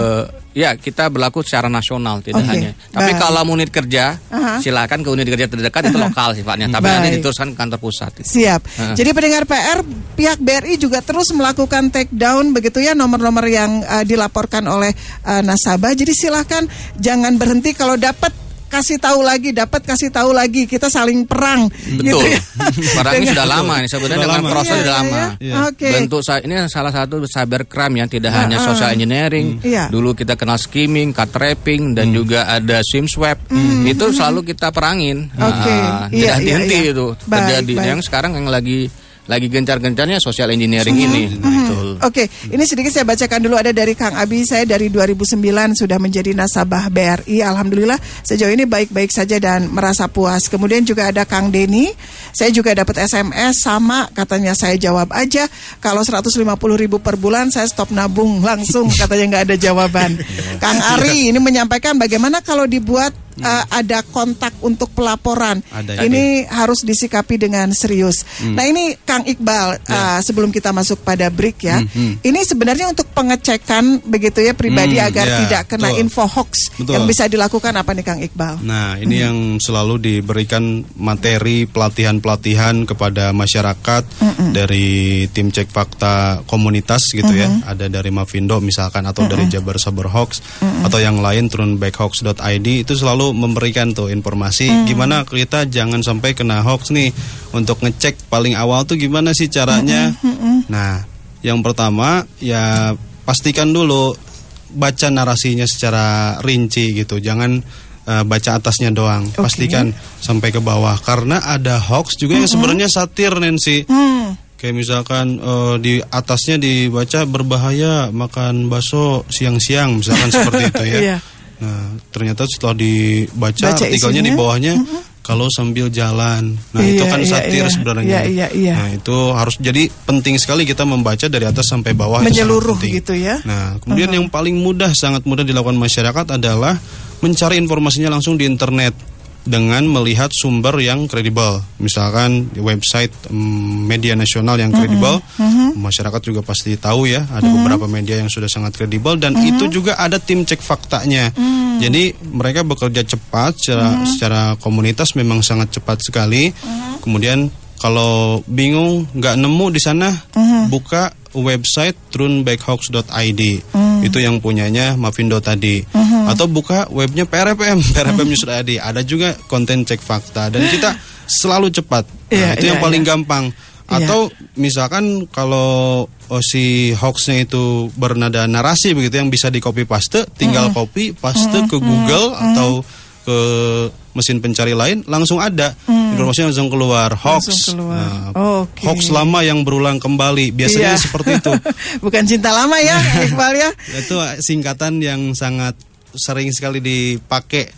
ya kita berlaku secara nasional, tidak hanya. Tapi kalau unit kerja, silakan ke unit kerja terdekat, itu lokal sifatnya. Tapi nanti diteruskan ke kantor pusat. Siap. Jadi pendengar PR, pihak BRI juga terus melakukan take down begitu ya nomor-nomor yang dilaporkan oleh nasabah. Jadi silakan jangan berhenti, kalau dapat kasih tahu lagi, kita saling perang. Betul. Gitu ya. Perangnya sudah lama ini sebenarnya, dengan proses sudah lama. Bentuk ini salah satu cybercrime yang tidak hanya social engineering. Dulu kita kenal skimming, cut traping, dan juga ada SIM swap. Itu selalu kita perangin. Tidak henti itu terjadi. Yang sekarang yang lagi gencar-gencarnya social engineering ini. Oke, ini sedikit saya bacakan dulu, ada dari Kang Abi. Saya dari 2009 sudah menjadi nasabah BRI. Alhamdulillah sejauh ini baik-baik saja dan merasa puas. Kemudian juga ada Kang Denny. Saya juga dapat SMS sama, katanya saya jawab aja. Kalau 150.000 per bulan saya stop nabung langsung, katanya nggak ada jawaban. Kang Ari ini menyampaikan bagaimana kalau dibuat ada kontak untuk pelaporan. Ini harus disikapi dengan serius. Nah ini Kang Iqbal, sebelum kita masuk pada break ya, ini sebenarnya untuk pengecekan begitu ya pribadi agar tidak kena info hoax yang bisa dilakukan apa nih Kang Iqbal? Nah ini yang selalu diberikan materi pelatihan kepada masyarakat dari tim cek fakta komunitas gitu ya, ada dari Mavindo misalkan atau dari Jabar Saber Hoax atau yang lain turunbackhoax.id, itu selalu memberikan tuh informasi gimana kita jangan sampai kena hoax nih. Untuk ngecek paling awal tuh gimana sih caranya. Nah yang pertama ya pastikan dulu baca narasinya secara rinci gitu, jangan baca atasnya doang, pastikan sampai ke bawah, karena ada hoax juga yang sebenarnya satir, Nancy. Kayak misalkan di atasnya dibaca berbahaya makan bakso siang-siang misalkan seperti itu ya. Nah, ternyata setelah dibaca artikelnya di bawahnya kalau sambil jalan. Nah, itu kan satir sebenarnya. Nah, itu harus jadi penting sekali kita membaca dari atas sampai bawah. Menyeluruh gitu ya. Nah, kemudian yang paling mudah, sangat mudah dilakukan masyarakat adalah mencari informasinya langsung di internet dengan melihat sumber yang kredibel. Misalkan di website media nasional yang kredibel, masyarakat juga pasti tahu ya, ada beberapa media yang sudah sangat kredibel dan itu juga ada tim cek faktanya. Jadi mereka bekerja cepat secara komunitas, memang sangat cepat sekali. Kemudian kalau bingung nggak nemu di sana, buka website truenbackhoax.id. Itu yang punyanya Mavindo tadi. Atau buka webnya PRFM News.id. Ada juga konten cek fakta dan kita selalu cepat. Nah, itu yang paling gampang. Atau misalkan kalau si hoaxnya itu bernada narasi begitu yang bisa di copy paste, tinggal copy paste ke Google atau ke mesin pencari lain, langsung ada informasinya, langsung keluar hoax. Hoax lama yang berulang kembali, biasanya seperti itu. Bukan cinta lama ya, Iqbal ya. Itu singkatan yang sangat sering sekali dipakai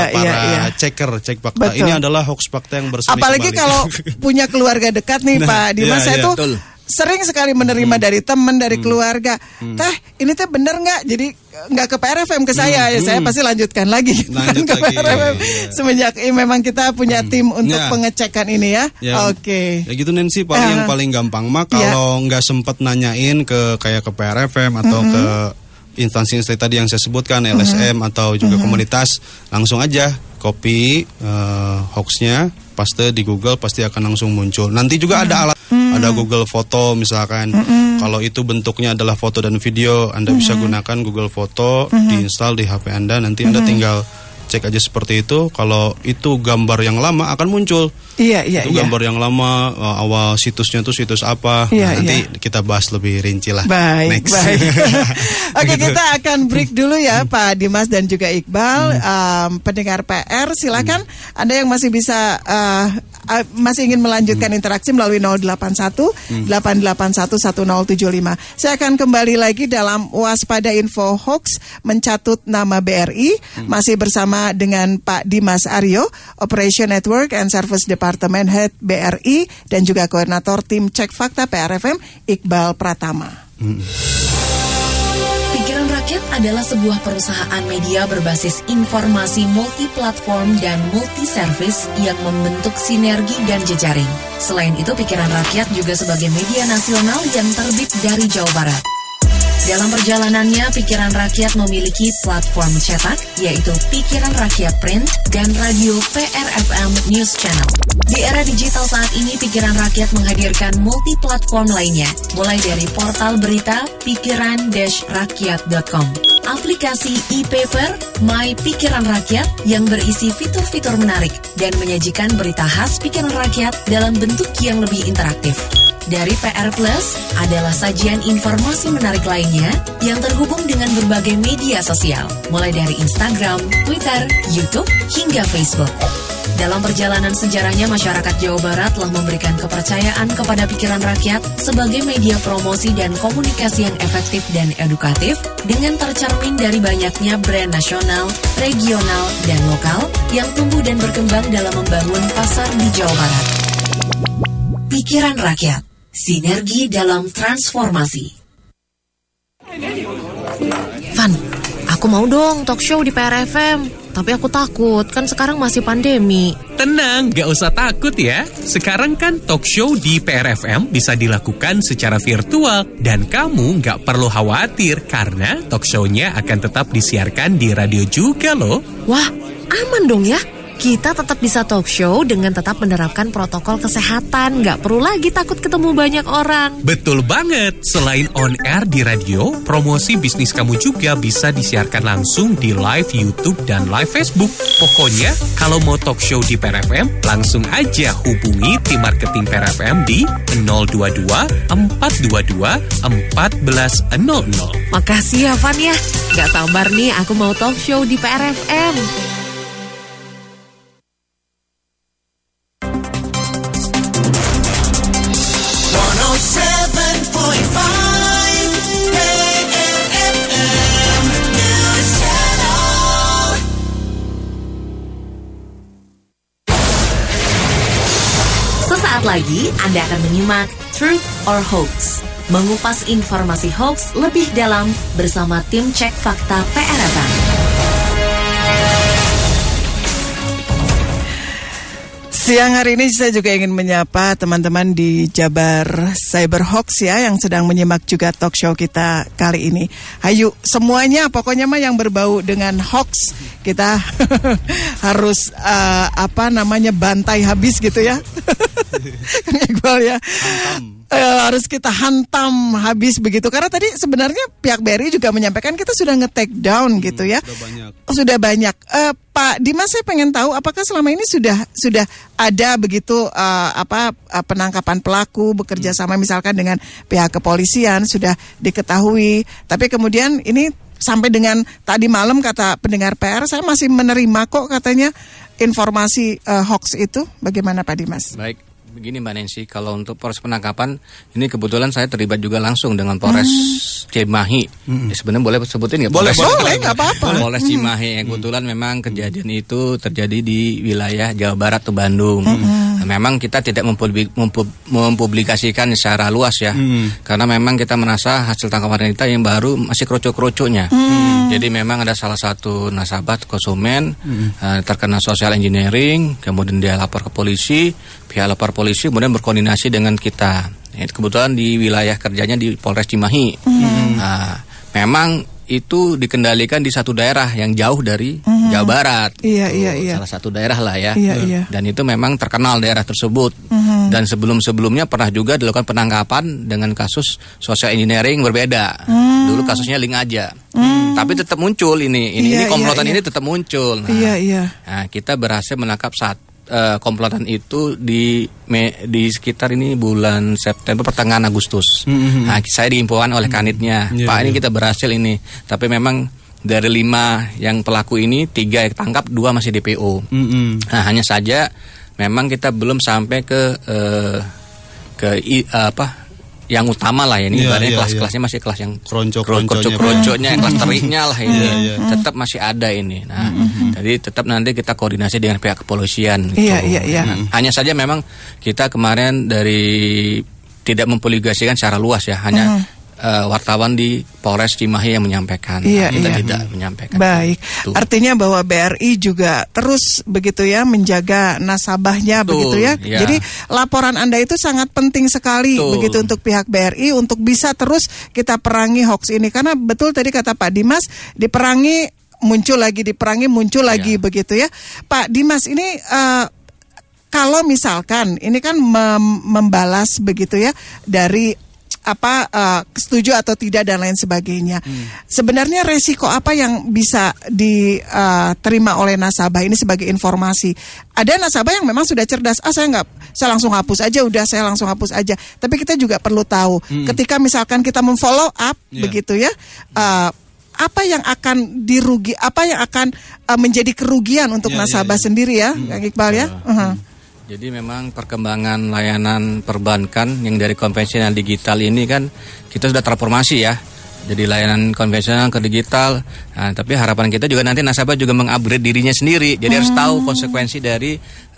para ceker, cek fakta. Betul. Ini adalah hoax fakta yang bersemi. Apalagi kembali. Kalau punya keluarga dekat nih Pak Dimas, saya tuh sering sekali menerima dari teman, dari keluarga. Teh, ini teh bener nggak? Jadi nggak ke PRFM ke saya, ya saya pasti lanjutkan lagi ke PRFM. Semenjak memang kita punya tim untuk pengecekan ini ya. Oke. Ya gitu Nancy, yang paling gampang mah kalau nggak sempat nanyain ke kayak ke PRFM atau ke instansi-instansi tadi yang saya sebutkan, LSM atau juga komunitas, langsung aja copy hoaxnya, paste di Google, pasti akan langsung muncul. Nanti juga ada alat, ada Google Foto misalkan. Kalau itu bentuknya adalah foto dan video, Anda bisa gunakan Google Foto, diinstal di HP Anda, nanti Anda tinggal cek aja seperti itu. Kalau itu gambar yang lama akan muncul. Itu gambar yang lama, awal situsnya tuh situs apa. Nanti kita bahas lebih rinci lah. Baik. Oke, kita akan break dulu ya Pak Dimas dan juga Iqbal. Pendengar PR, silakan Anda yang masih bisa masih ingin melanjutkan interaksi melalui 081 881 1075. Saya akan kembali lagi dalam Waspada Info Hoax mencatut nama BRI, masih bersama dengan Pak Dimas Aryo, Operation Network and Service Department Head BRI, dan juga Koordinator Tim Cek Fakta PRFM Iqbal Pratama. Pikiran Rakyat adalah sebuah perusahaan media berbasis informasi multi-platform dan multi-service yang membentuk sinergi dan jejaring. Selain itu, Pikiran Rakyat juga sebagai media nasional yang terbit dari Jawa Barat. Dalam perjalanannya, Pikiran Rakyat memiliki platform cetak, yaitu Pikiran Rakyat Print dan radio PRFM News Channel. Di era digital saat ini, Pikiran Rakyat menghadirkan multi-platform lainnya, mulai dari portal berita pikiran-rakyat.com, aplikasi e-paper My Pikiran Rakyat yang berisi fitur-fitur menarik dan menyajikan berita khas Pikiran Rakyat dalam bentuk yang lebih interaktif. Dari PR Plus adalah sajian informasi menarik lainnya yang terhubung dengan berbagai media sosial, mulai dari Instagram, Twitter, YouTube, hingga Facebook. Dalam perjalanan sejarahnya, masyarakat Jawa Barat telah memberikan kepercayaan kepada Pikiran Rakyat sebagai media promosi dan komunikasi yang efektif dan edukatif dengan tercermin dari banyaknya brand nasional, regional, dan lokal yang tumbuh dan berkembang dalam membangun pasar di Jawa Barat. Pikiran Rakyat, sinergi dalam transformasi. Van, aku mau dong talk show di PRFM. Tapi aku takut, kan sekarang masih pandemi. Tenang, gak usah takut ya. Sekarang kan talk show di PRFM bisa dilakukan secara virtual. Dan kamu gak perlu khawatir karena talk show-nya akan tetap disiarkan di radio juga loh. Wah, aman dong ya. Kita tetap bisa talk show dengan tetap menerapkan protokol kesehatan. Gak perlu lagi takut ketemu banyak orang. Betul banget. Selain on air di radio, promosi bisnis kamu juga bisa disiarkan langsung di live YouTube dan live Facebook. Pokoknya, kalau mau talk show di PRFM, langsung aja hubungi tim marketing PRFM di 022 422 1400. Makasih ya Van ya. Gak sabar nih aku mau talk show di PRFM. lagi Anda akan menyimak Truth or Hoax, mengupas informasi hoax lebih dalam bersama tim Cek Fakta PRFM. Siang hari ini saya juga ingin menyapa teman-teman di Jabar Cyber Hoax ya, yang sedang menyimak juga talk show kita kali ini. Hayu semuanya, pokoknya mah yang berbau dengan hoax kita harus bantai habis gitu ya. Iqbal ya. Harus kita hantam habis begitu, karena tadi sebenarnya pihak BRI juga menyampaikan kita sudah nge-take down gitu ya. Sudah banyak. Pak Dimas, saya pengen tahu apakah selama ini sudah ada begitu penangkapan pelaku bekerja sama misalkan dengan pihak kepolisian sudah diketahui, tapi kemudian ini sampai dengan tadi malam kata pendengar PR saya masih menerima kok katanya informasi hoax itu. Bagaimana Pak Dimas? Baik. Begini Mbak Nancy, kalau untuk proses penangkapan ini kebetulan saya terlibat juga langsung dengan Polres Cimahi. Sebenarnya boleh sebutin nggak? Boleh, nggak apa-apa. Polres Cimahi. Kebetulan memang kejadian itu terjadi di wilayah Jawa Barat atau Bandung. Memang kita tidak mempublikasikan secara luas ya, karena memang kita merasa hasil tangkapan kita yang baru masih kroco-kroconya. Jadi memang ada salah satu nasabah konsumen terkena social engineering, kemudian dia lapor ke polisi, pihak lapor polisi kemudian berkoordinasi dengan kita. Kebetulan di wilayah kerjanya di Polres Cimahi. Memang itu dikendalikan di satu daerah yang jauh dari Jawa Barat. Iya. Salah satu daerah lah ya. Iya. Dan itu memang terkenal daerah tersebut. Dan sebelum-sebelumnya pernah juga dilakukan penangkapan dengan kasus social engineering berbeda. Dulu kasusnya link aja. Tapi tetap muncul ini komplotan ini tetap muncul. Nah, kita berhasil menangkap komplotan itu di sekitar ini bulan September pertengahan Agustus. Nah, saya diinfokan oleh kanitnya, Pak ini kita berhasil ini. Tapi memang dari 5 yang pelaku ini 3 yang tangkap, 2 masih DPO. Nah, hanya saja memang kita belum sampai ke yang utama lah ya, ini kelas-kelasnya masih kelas yang kronco-kronconya, kelas teriknya lah ini. Tetap masih ada ini. Nah, jadi tetap nanti kita koordinasi dengan pihak kepolisian gitu. Hanya saja memang kita kemarin dari tidak mempublikasikan secara luas ya, hanya wartawan di Polres Cimahi yang menyampaikan. Kita tidak menyampaikan. Baik. Artinya bahwa BRI juga terus begitu ya menjaga nasabahnya begitu ya. Jadi laporan Anda itu sangat penting sekali begitu untuk pihak BRI untuk bisa terus kita perangi hoax ini, karena betul tadi kata Pak Dimas, diperangi muncul lagi begitu ya. Pak Dimas, ini kalau misalkan ini kan membalas begitu ya dari setuju atau tidak dan lain sebagainya. Sebenarnya resiko apa yang bisa diterima oleh nasabah ini sebagai informasi? Ada nasabah yang memang sudah cerdas, saya langsung hapus aja, saya langsung hapus aja. Tapi kita juga perlu tahu, ketika misalkan kita memfollow up begitu ya, apa yang akan menjadi kerugian untuk nasabah sendiri ya, Kang Iqbal ya? Jadi memang perkembangan layanan perbankan yang dari konvensional digital ini kan kita sudah transformasi ya. Jadi layanan konvensional ke digital. Nah, tapi harapan kita juga nanti nasabah juga mengupgrade dirinya sendiri. Jadi harus tahu konsekuensi dari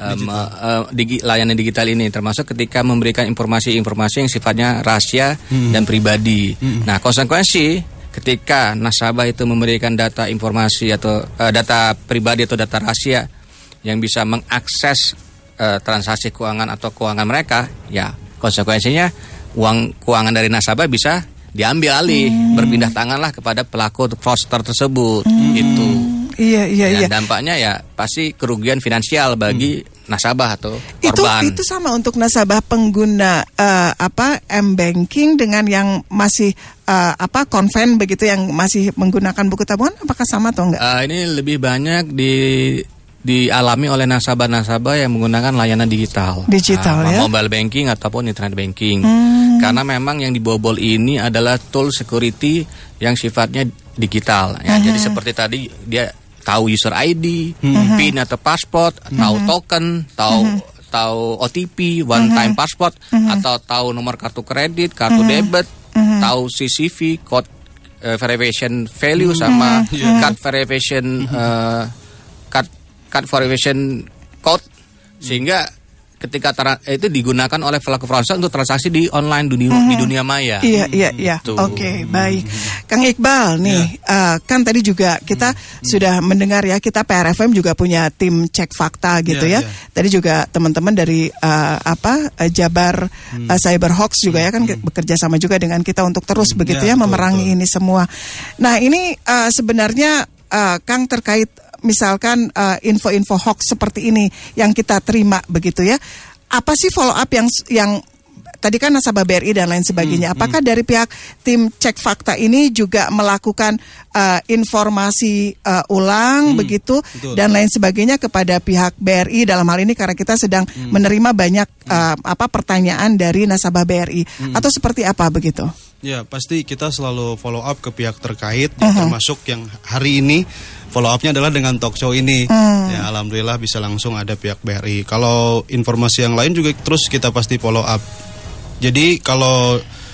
layanan digital ini, termasuk ketika memberikan informasi-informasi yang sifatnya rahasia dan pribadi. Nah, konsekuensi ketika nasabah itu memberikan data informasi atau data pribadi atau data rahasia yang bisa mengakses transaksi keuangan atau keuangan mereka, ya konsekuensinya uang keuangan dari nasabah bisa diambil alih, berpindah tanganlah kepada pelaku fraudster tersebut. Itu. Iya. Dampaknya ya pasti kerugian finansial bagi nasabah atau korban. Itu sama untuk nasabah pengguna M-banking dengan yang masih konven begitu, yang masih menggunakan buku tabungan, apakah sama atau enggak? Ini lebih banyak dialami oleh nasabah-nasabah yang menggunakan layanan digital ya? Mobile banking ataupun internet banking. Karena memang yang dibobol ini adalah tool security yang sifatnya digital ya. Jadi seperti tadi dia tahu user ID, PIN atau password, tahu token, tahu OTP, one time password, atau tahu nomor kartu kredit, kartu debit, tahu CCV, code verification value sama card verification code, sehingga ketika itu digunakan oleh pelaku fraudster untuk transaksi di online di dunia maya. Iya. Oke, baik. Kang Iqbal nih, kan tadi juga kita sudah mendengar ya, kita PRFM juga punya tim cek fakta gitu ya. Tadi juga teman-teman dari Jabar Cyber Hoax juga ya kan bekerja sama juga dengan kita untuk terus begitu ya memerangi ini semua. Nah, ini sebenarnya Kang terkait misalkan info-info hoax seperti ini yang kita terima begitu ya, apa sih follow up yang tadi kan nasabah BRI dan lain sebagainya, apakah dari pihak tim cek fakta ini juga melakukan informasi ulang begitu dan lain sebagainya kepada pihak BRI dalam hal ini karena kita sedang menerima banyak pertanyaan dari nasabah BRI atau seperti apa begitu? Ya, pasti kita selalu follow up ke pihak terkait, termasuk yang hari ini follow up-nya adalah dengan talk show ini. Ya, alhamdulillah bisa langsung ada pihak BRI. Kalau informasi yang lain juga terus kita pasti follow up. Jadi kalau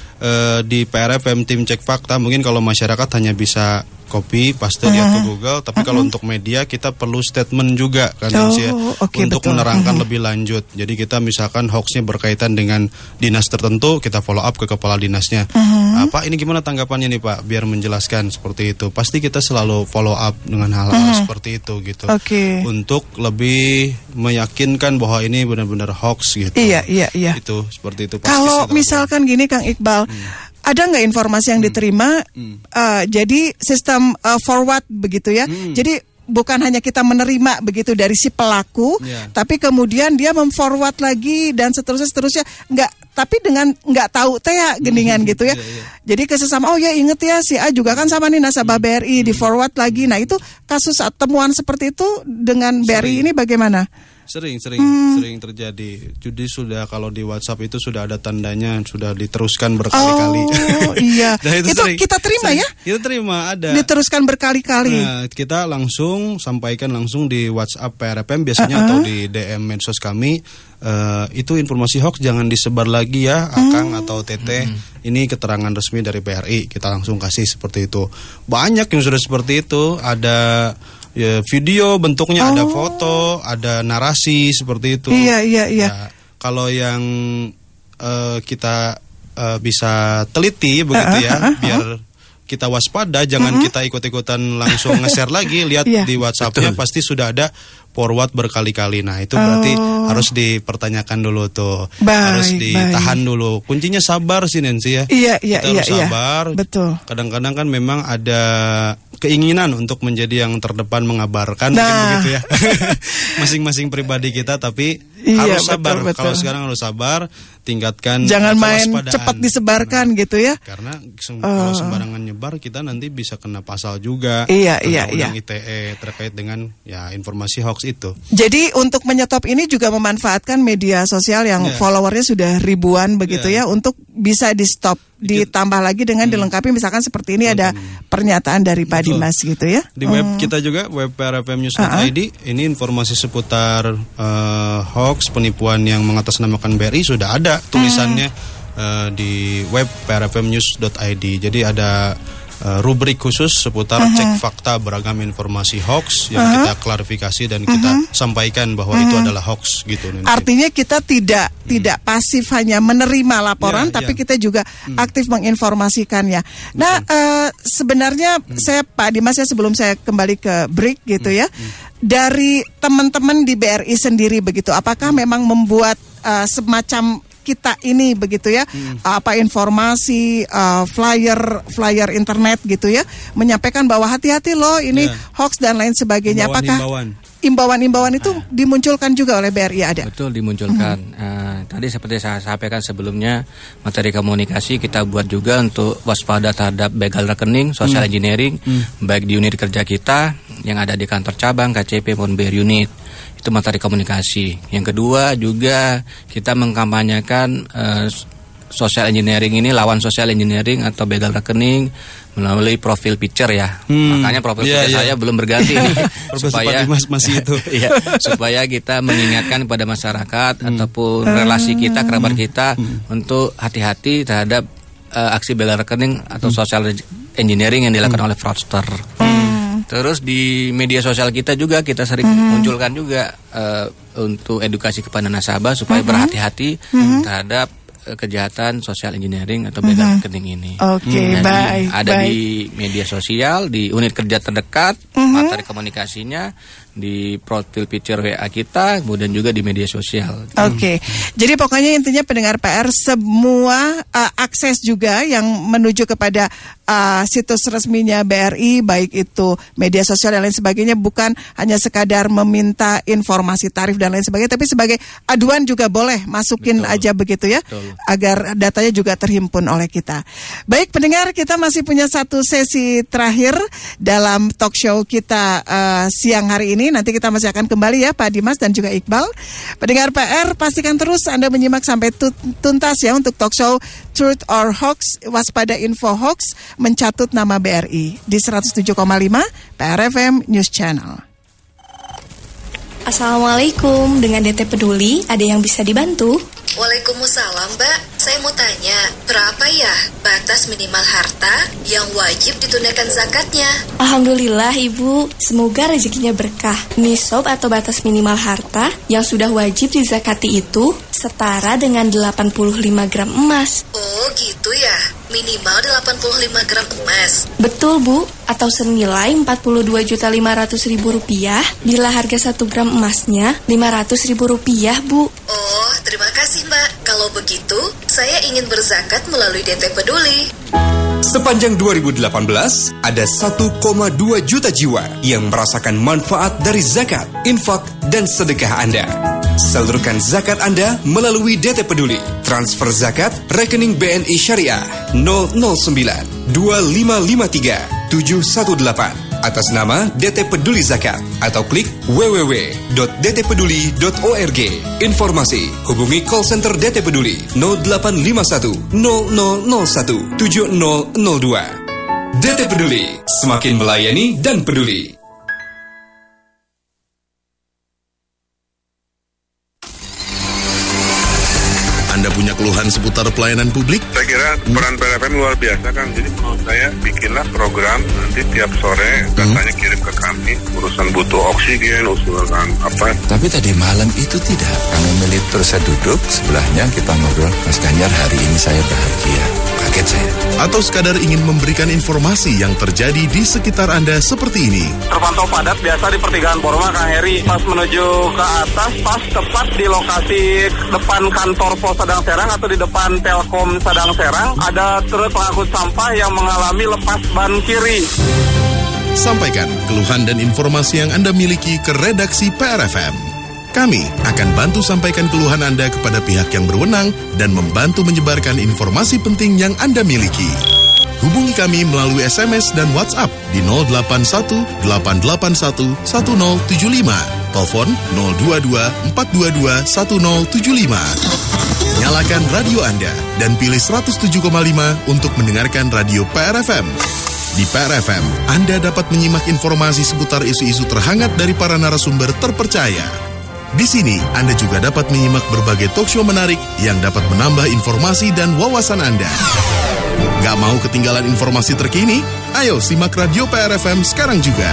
di PRFM tim cek fakta mungkin kalau masyarakat hanya bisa copy, paste lihat ke Google, tapi kalau untuk media kita perlu statement juga kan untuk menerangkan lebih lanjut. Jadi kita misalkan hoaxnya berkaitan dengan dinas tertentu, kita follow up ke kepala dinasnya. Pak, ini gimana tanggapannya nih Pak, biar menjelaskan seperti itu. Pasti kita selalu follow up dengan hal-hal seperti itu gitu. Untuk lebih meyakinkan bahwa ini benar-benar hoax gitu. Iya. Itu seperti itu. Kalau misalkan gini Kang Iqbal, ada nggak informasi yang diterima? Jadi sistem forward begitu ya. Jadi bukan hanya kita menerima begitu dari si pelaku, tapi kemudian dia memforward lagi dan seterusnya. Tapi dengan nggak tahu geningan gitu ya. Jadi kesesama, oh ya inget ya si A juga kan sama nih nasabah BRI di forward lagi. Nah itu kasus temuan seperti itu dengan BRI ini bagaimana? Sering terjadi. Jadi sudah kalau di WhatsApp itu sudah ada tandanya, sudah diteruskan berkali-kali. Oh iya. Nah, itu kita terima ya? Kita terima, ada. Diteruskan berkali-kali. Nah, kita langsung sampaikan langsung di WhatsApp PRFM biasanya atau di DM medsos kami. Itu informasi hoax jangan disebar lagi ya, Akang atau Teteh. Ini keterangan resmi dari BRI. Kita langsung kasih seperti itu. Banyak yang sudah seperti itu. Ada ya, video bentuknya, ada foto, ada narasi seperti itu. Iya. Ya, kalau yang kita bisa teliti begitu ya, biar kita waspada, jangan kita ikut-ikutan langsung nge-share lagi. Lihat di WhatsApp-nya pasti sudah ada forward berkali-kali. Nah itu berarti harus dipertanyakan dulu tuh, harus ditahan dulu. Kuncinya sabar sih Nancy ya. Iya. Harus sabar. Betul. Kadang-kadang kan memang ada keinginan untuk menjadi yang terdepan mengabarkan, mungkin begitu ya. Masing-masing pribadi kita, tapi harus sabar. Betul. Kalau sekarang harus sabar, tingkatkan. Jangan main cepat disebarkan gitu ya. Karena kalau sembarangan nyebar kita nanti bisa kena pasal juga. Iya. ITE terkait dengan ya informasi hoax itu. Jadi untuk menyetop ini juga memanfaatkan media sosial yang followernya sudah ribuan begitu ya untuk bisa di stop. Ditambah lagi dengan dilengkapi misalkan seperti ini ada pernyataan dari Pak Dimas gitu ya. Di web kita juga, web PRFMnews.id, ini informasi seputar hoax, penipuan yang mengatasnamakan BRI sudah ada tulisannya di web PRFMnews.id. Jadi ada rubrik khusus seputar cek fakta beragam informasi hoax yang kita klarifikasi dan kita sampaikan bahwa itu adalah hoax gitu. Artinya kita tidak pasif hanya menerima laporan, tapi kita juga aktif menginformasikannya. Nah, sebenarnya saya Pak Dimas ya, sebelum saya kembali ke break gitu ya, dari teman-teman di BRI sendiri begitu, apakah memang membuat semacam kita ini begitu ya, informasi flyer internet gitu ya, menyampaikan bahwa hati-hati loh ini hoax dan lain sebagainya. Apakah imbauan itu dimunculkan juga oleh BRI ada? Betul, dimunculkan. Tadi seperti saya sampaikan sebelumnya, materi komunikasi kita buat juga untuk waspada terhadap begal rekening, social engineering, baik di unit kerja kita yang ada di kantor cabang, KCP maupun BR unit. Itu materi komunikasi. Yang kedua juga kita mengkampanyekan social engineering ini, lawan social engineering atau begal rekening melalui profil picture ya. Makanya profil picture saya belum berganti nih supaya masih itu. Supaya kita mengingatkan kepada masyarakat ataupun relasi kita, kerabat kita untuk hati-hati terhadap aksi begal rekening atau social engineering yang dilakukan oleh fraudster. Terus di media sosial kita juga kita sering munculkan juga untuk edukasi kepada nasabah supaya berhati-hati terhadap kejahatan social engineering atau begal rekening ini. Oke, baik. Ada di media sosial, di unit kerja terdekat, materi komunikasinya, di profil picture WA kita, kemudian juga di media sosial. Oke. Jadi pokoknya intinya pendengar PR semua akses juga yang menuju kepada situs resminya BRI, baik itu media sosial dan lain sebagainya, bukan hanya sekadar meminta informasi tarif dan lain sebagainya, tapi sebagai aduan juga boleh masukin aja begitu ya, agar datanya juga terhimpun oleh kita. Baik pendengar, kita masih punya satu sesi terakhir dalam talk show kita siang hari ini. Nanti kita masih akan kembali ya Pak Dimas dan juga Iqbal. Pendengar PR, pastikan terus Anda menyimak sampai tuntas ya untuk talk show Truth or Hoax, waspada info hoax, mencatut nama BRI di 107,5 PR FM News Channel. Assalamualaikum, dengan DT Peduli, ada yang bisa dibantu? Waalaikumsalam Mbak, saya mau tanya, berapa ya batas minimal harta yang wajib ditunaikan zakatnya? Alhamdulillah Ibu, semoga rezekinya berkah. Nisab atau batas minimal harta yang sudah wajib dizakati itu setara dengan 85 gram emas. Oh gitu ya, minimal 85 gram emas. Betul Bu, atau senilai Rp42.500.000 bila harga 1 gram emasnya Rp500.000 Bu. Oh, terima kasih Mbak. Kalau begitu, saya ingin berzakat melalui DT Peduli. Sepanjang 2018, ada 1,2 juta jiwa yang merasakan manfaat dari zakat, infak, dan sedekah Anda. Salurkan zakat Anda melalui DT Peduli. Transfer zakat rekening BNI Syariah 009 2553 718 atas nama DT Peduli Zakat atau klik www.dtpeduli.org. Informasi hubungi call center DT Peduli 0851 0001 7002. DT Peduli, semakin melayani dan peduli. Anda punya keluhan seputar pelayanan publik? Saya kira peran PRFM luar biasa kan. Jadi menurut saya bikinlah program nanti tiap sore katanya kirim ke kami urusan butuh oksigen, urusan apa. Tapi tadi malam itu tidak. Kami milih terus saya duduk sebelahnya, kita ngobrol. Mas Ganjar, hari ini saya bahagia. Kaget saya. Atau sekadar ingin memberikan informasi yang terjadi di sekitar Anda seperti ini. Terpantau padat biasa di pertigaan Borma, Kang Heri. Pas menuju ke atas, pas tepat di lokasi depan kantor pos Sadang Serang atau di depan Telkom Sadang Serang, ada truk pengangkut sampah yang mengalami lepas ban kiri. Sampaikan keluhan dan informasi yang Anda miliki ke redaksi PRFM. Kami akan bantu sampaikan keluhan Anda kepada pihak yang berwenang dan membantu menyebarkan informasi penting yang Anda miliki. Hubungi kami melalui SMS dan WhatsApp di 081 881 1075, telepon 022 422 1075. Nyalakan radio Anda dan pilih 107,5 untuk mendengarkan radio PRFM. Di PRFM, Anda dapat menyimak informasi seputar isu-isu terhangat dari para narasumber terpercaya. Di sini, Anda juga dapat menyimak berbagai talkshow menarik yang dapat menambah informasi dan wawasan Anda. Gak mau ketinggalan informasi terkini? Ayo simak radio PRFM sekarang juga.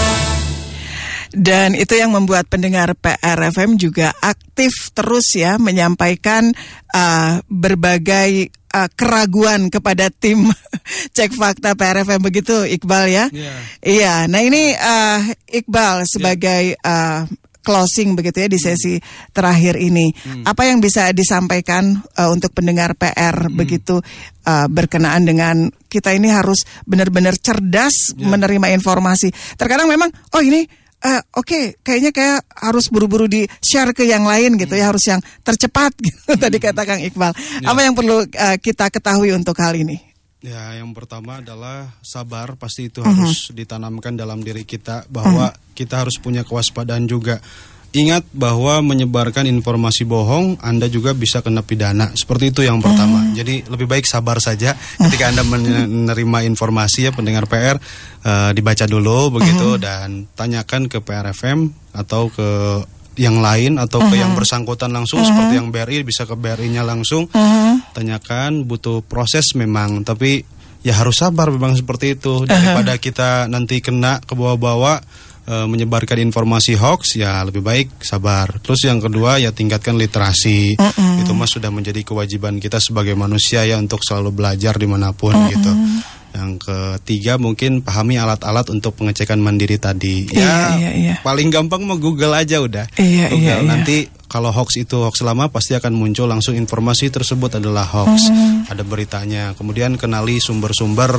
Dan itu yang membuat pendengar PRFM juga aktif terus ya menyampaikan berbagai keraguan kepada tim Cek Fakta PRFM, begitu Iqbal ya? Iya. Nah ini Iqbal sebagai closing begitu ya di sesi terakhir ini. Apa yang bisa disampaikan untuk pendengar PR begitu berkenaan dengan kita ini harus benar-benar cerdas menerima informasi. Terkadang memang ini kayaknya kayak harus buru-buru di-share ke yang lain gitu ya, harus yang tercepat gitu tadi kata Kang Iqbal. Apa yang perlu kita ketahui untuk hal ini? Ya, yang pertama adalah sabar, pasti itu harus ditanamkan dalam diri kita bahwa kita harus punya kewaspadaan juga. Ingat bahwa menyebarkan informasi bohong Anda juga bisa kena pidana. Seperti itu yang pertama. Jadi lebih baik sabar saja ketika Anda menerima informasi ya pendengar PR, dibaca dulu begitu dan tanyakan ke PRFM atau ke yang lain atau ke yang bersangkutan langsung seperti yang BRI bisa ke BRI-nya langsung. Tanyakan, butuh proses memang, tapi ya harus sabar memang seperti itu. Daripada kita nanti kena ke bawah-bawah menyebarkan informasi hoax, ya lebih baik sabar. Terus yang kedua ya tingkatkan literasi. Itu mas sudah menjadi kewajiban kita sebagai manusia ya untuk selalu belajar dimanapun gitu. Yang ketiga mungkin pahami alat-alat untuk pengecekan mandiri tadi. Paling gampang mau Google aja udah. Google nanti kalau hoax itu hoax lama pasti akan muncul langsung informasi tersebut adalah hoax. Ada beritanya. Kemudian kenali sumber-sumber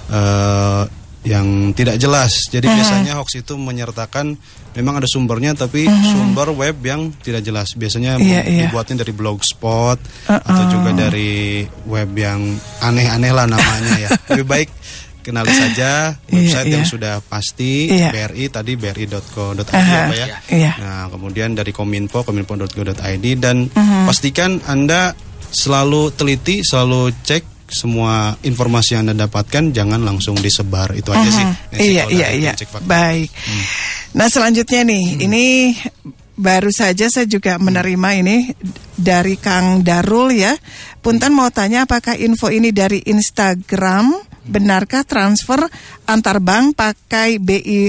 yang tidak jelas. Jadi biasanya hoax itu menyertakan memang ada sumbernya tapi sumber web yang tidak jelas. Biasanya dibuatnya dari blogspot atau juga dari web yang aneh-aneh lah namanya ya. Lebih baik kenali saja website yang sudah pasti. BRI tadi bri.co.id apa ya. Nah, kemudian dari kominfo.go.id dan pastikan Anda selalu teliti, selalu cek semua informasi yang Anda dapatkan, jangan langsung disebar. Itu aja sih. Iya. Baik. Nah, selanjutnya nih, ini baru saja saya juga menerima ini dari Kang Darul ya. Punten mau tanya apakah info ini dari Instagram? Benarkah transfer antar bank pakai BI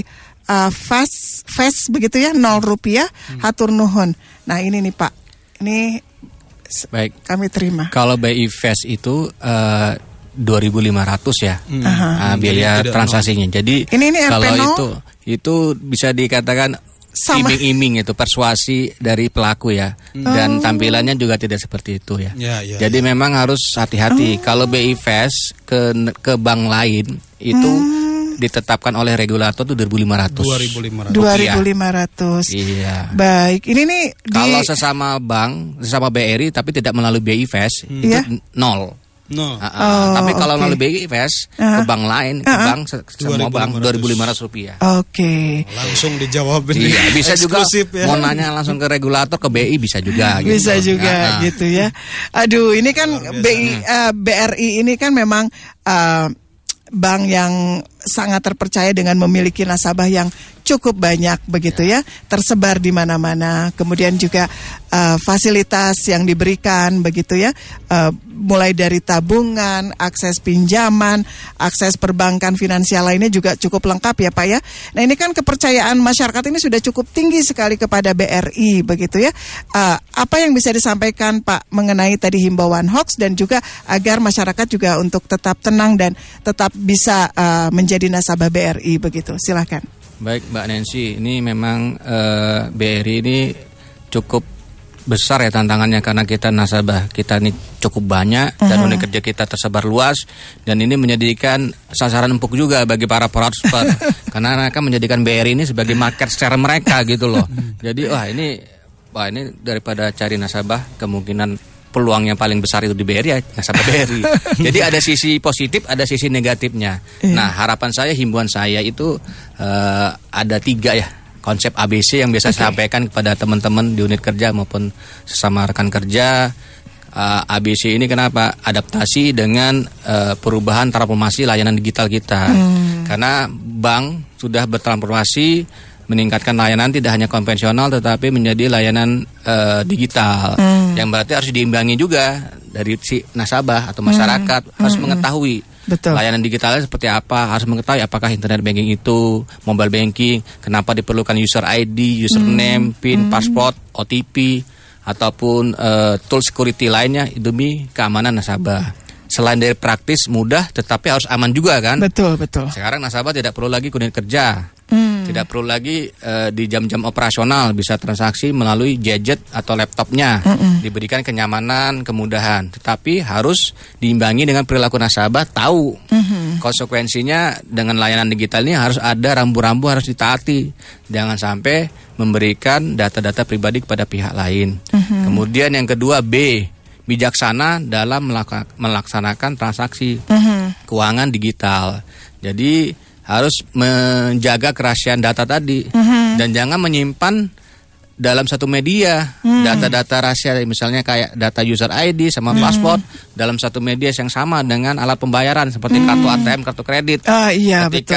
Fast begitu ya, 0 rupiah? Hatur nuhun. Nah, ini nih Pak. Ini baik, kami terima. Kalau BI Fast itu 2.500 ya biaya transaksinya. Jadi ini kalau itu bisa dikatakan iming-iming, itu persuasi dari pelaku ya. Dan tampilannya juga tidak seperti itu ya. Jadi memang harus hati-hati. Kalau BI Fast ke bank lain itu ditetapkan oleh regulator itu 2.500. 2.500. Iya. Baik, ini nih kalau sesama bank, sesama BRI tapi tidak melalui BI Fast itu 0. Tapi kalau melalui BI Fast ke bank lain, ke bank semua bank 2.500 rupiah. Oke. Langsung dijawab. Iya, bisa juga ya. Mau nanya langsung ke regulator ke BI bisa juga. Bisa gitu. Juga gitu ya. Aduh, ini kan BRI ini kan memang bank yang sangat terpercaya dengan memiliki nasabah yang cukup banyak begitu ya, tersebar di mana-mana. Kemudian juga fasilitas yang diberikan begitu ya, mulai dari tabungan, akses pinjaman, akses perbankan finansial lainnya juga cukup lengkap ya Pak ya. Nah, ini kan kepercayaan masyarakat ini sudah cukup tinggi sekali kepada BRI begitu ya. Apa yang bisa disampaikan Pak mengenai tadi himbauan hoax dan juga agar masyarakat juga untuk tetap tenang dan tetap bisa menjadi nasabah BRI begitu. Silakan. Baik Mbak Nancy, ini memang BRI ini cukup besar ya tantangannya karena kita nasabah kita ini cukup banyak dan unit kerja kita tersebar luas dan ini menjadikan sasaran empuk juga bagi para fraudster karena mereka menjadikan BRI ini sebagai market share mereka gitu loh. Jadi ini daripada cari nasabah kemungkinan peluang yang paling besar itu di BRI ya nasabah BRI. Jadi ada sisi positif, ada sisi negatifnya. Nah, harapan saya, himbauan saya itu ada 3 ya konsep ABC yang biasa saya sampaikan kepada teman-teman di unit kerja maupun sesama rekan kerja. ABC ini kenapa? Adaptasi dengan perubahan transformasi layanan digital kita. Karena bank sudah bertransformasi meningkatkan layanan tidak hanya konvensional tetapi menjadi layanan digital. Yang berarti harus diimbangi juga dari si nasabah atau masyarakat harus mengetahui layanan digitalnya seperti apa, harus mengetahui apakah internet banking itu, mobile banking, kenapa diperlukan user ID, username, PIN, password, OTP ataupun tool security lainnya demi keamanan nasabah. Selain dari praktis, mudah, tetapi harus aman juga kan? Betul. Sekarang nasabah tidak perlu lagi unit kerja. Tidak perlu lagi di jam-jam operasional bisa transaksi melalui gadget atau laptopnya. Diberikan kenyamanan, kemudahan. Tetapi harus diimbangi dengan perilaku nasabah, tahu konsekuensinya dengan layanan digital ini harus ada rambu-rambu, harus ditaati. Jangan sampai memberikan data-data pribadi kepada pihak lain. Kemudian yang kedua bijaksana dalam melaksanakan transaksi keuangan digital. Jadi harus menjaga kerahasiaan data tadi dan jangan menyimpan dalam satu media data-data rahasia, misalnya kayak data user ID sama password dalam satu media yang sama dengan alat pembayaran seperti kartu ATM, kartu kredit. Iya, ketika betul.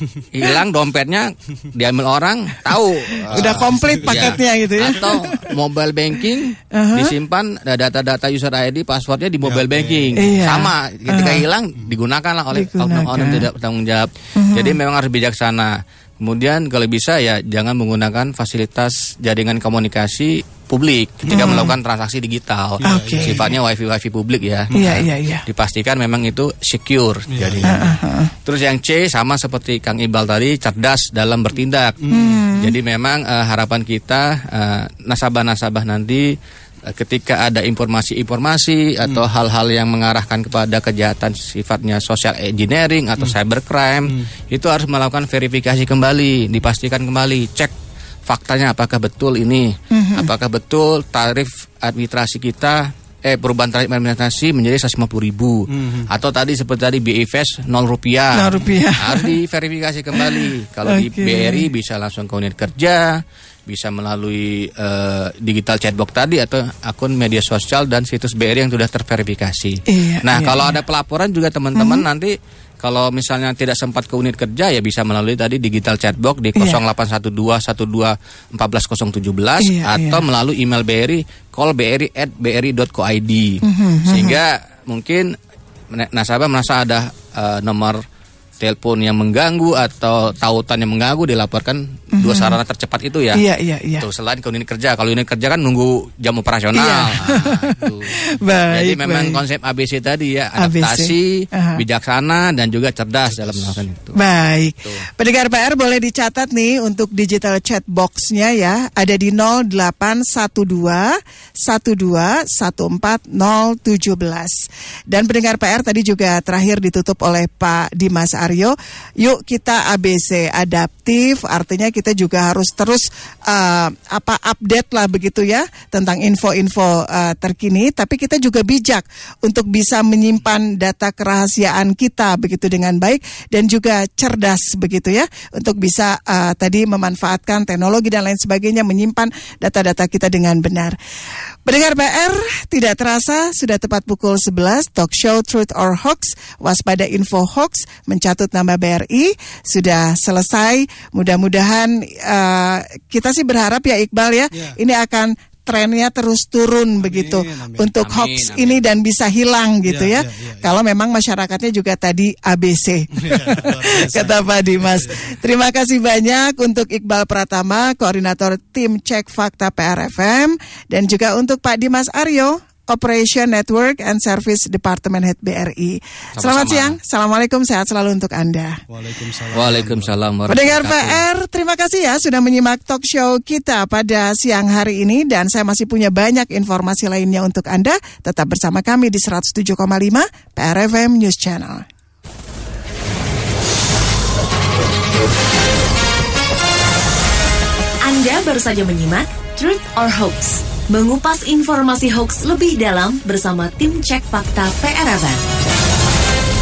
hilang dompetnya diambil orang, tahu. Udah komplit paketnya gitu ya. Atau mobile banking disimpan data-data user ID, passwordnya di mobile banking. Sama, ketika hilang digunakanlah oleh oknum-oknum yang tidak bertanggung jawab. Jadi memang harus bijaksana. Kemudian kalau bisa ya jangan menggunakan fasilitas jaringan komunikasi publik ketika melakukan transaksi digital. Sifatnya wifi publik ya. Iya. Dipastikan memang itu secure. Terus yang C sama seperti Kang Iqbal tadi, cerdas dalam bertindak. Jadi memang harapan kita nasabah-nasabah nanti ketika ada informasi-informasi atau hal-hal yang mengarahkan kepada kejahatan sifatnya social engineering atau cybercrime, itu harus melakukan verifikasi kembali, dipastikan kembali, cek faktanya apakah betul ini, apakah betul tarif administrasi kita perubahan tarif administrasi menjadi 150.000 atau tadi seperti tadi BI-Fest 0 rupiah. Harus diverifikasi kembali. Kalau di BRI bisa langsung ke unit kerja, bisa melalui digital chatbox tadi atau akun media sosial dan situs BRI yang sudah terverifikasi. Kalau ada pelaporan juga teman-teman nanti kalau misalnya tidak sempat ke unit kerja ya bisa melalui tadi digital chatbox di 0812 12 14017 atau melalui email BRI callbri@bri.co.id. Sehingga mungkin nasabah merasa ada nomor telepon yang mengganggu atau tautan yang mengganggu dilaporkan dua sarana tercepat itu ya. Iya. Tuh, selain ke unit kerja. Kalau unit kerja kan nunggu jam operasional. Jadi memang konsep ABC tadi ya, adaptasi, bijaksana dan juga cerdas dalam melakukan itu. Baik. Pendengar PR boleh dicatat nih untuk digital chat box-nya ya. Ada di 0812 12 14 017. Dan pendengar PR tadi juga terakhir ditutup oleh Pak Dimas Aryo. Yuk kita ABC, adaptif, artinya kita juga harus terus update lah begitu ya tentang info-info terkini, tapi kita juga bijak untuk bisa menyimpan data kerahasiaan kita begitu dengan baik dan juga cerdas begitu ya untuk bisa tadi memanfaatkan teknologi dan lain sebagainya, menyimpan data-data kita dengan benar. Pendengar PR, tidak terasa sudah tepat pukul 11, talk show Truth or Hoax, waspada info hoax, mencatut nama BRI, sudah selesai. Mudah-mudahan kita sih berharap ya Iqbal ya, ini akan trennya terus turun begitu untuk hoax ini dan bisa hilang gitu ya. Kalau memang masyarakatnya juga tadi ABC. Kata Pak Dimas. Terima kasih banyak untuk Iqbal Pratama, koordinator tim Cek Fakta PRFM, dan juga untuk Pak Dimas Aryo, Operation Network and Service Department Head BRI. Selamat siang. Assalamualaikum, sehat selalu untuk Anda. Waalaikumsalam. Pendengar PR, terima kasih ya sudah menyimak talk show kita pada siang hari ini, dan saya masih punya banyak informasi lainnya untuk Anda. Tetap bersama kami di 107,5 PRFM News Channel. Anda baru saja menyimak Truth or Hoax, mengupas informasi hoax lebih dalam bersama tim Cek Fakta PRFM.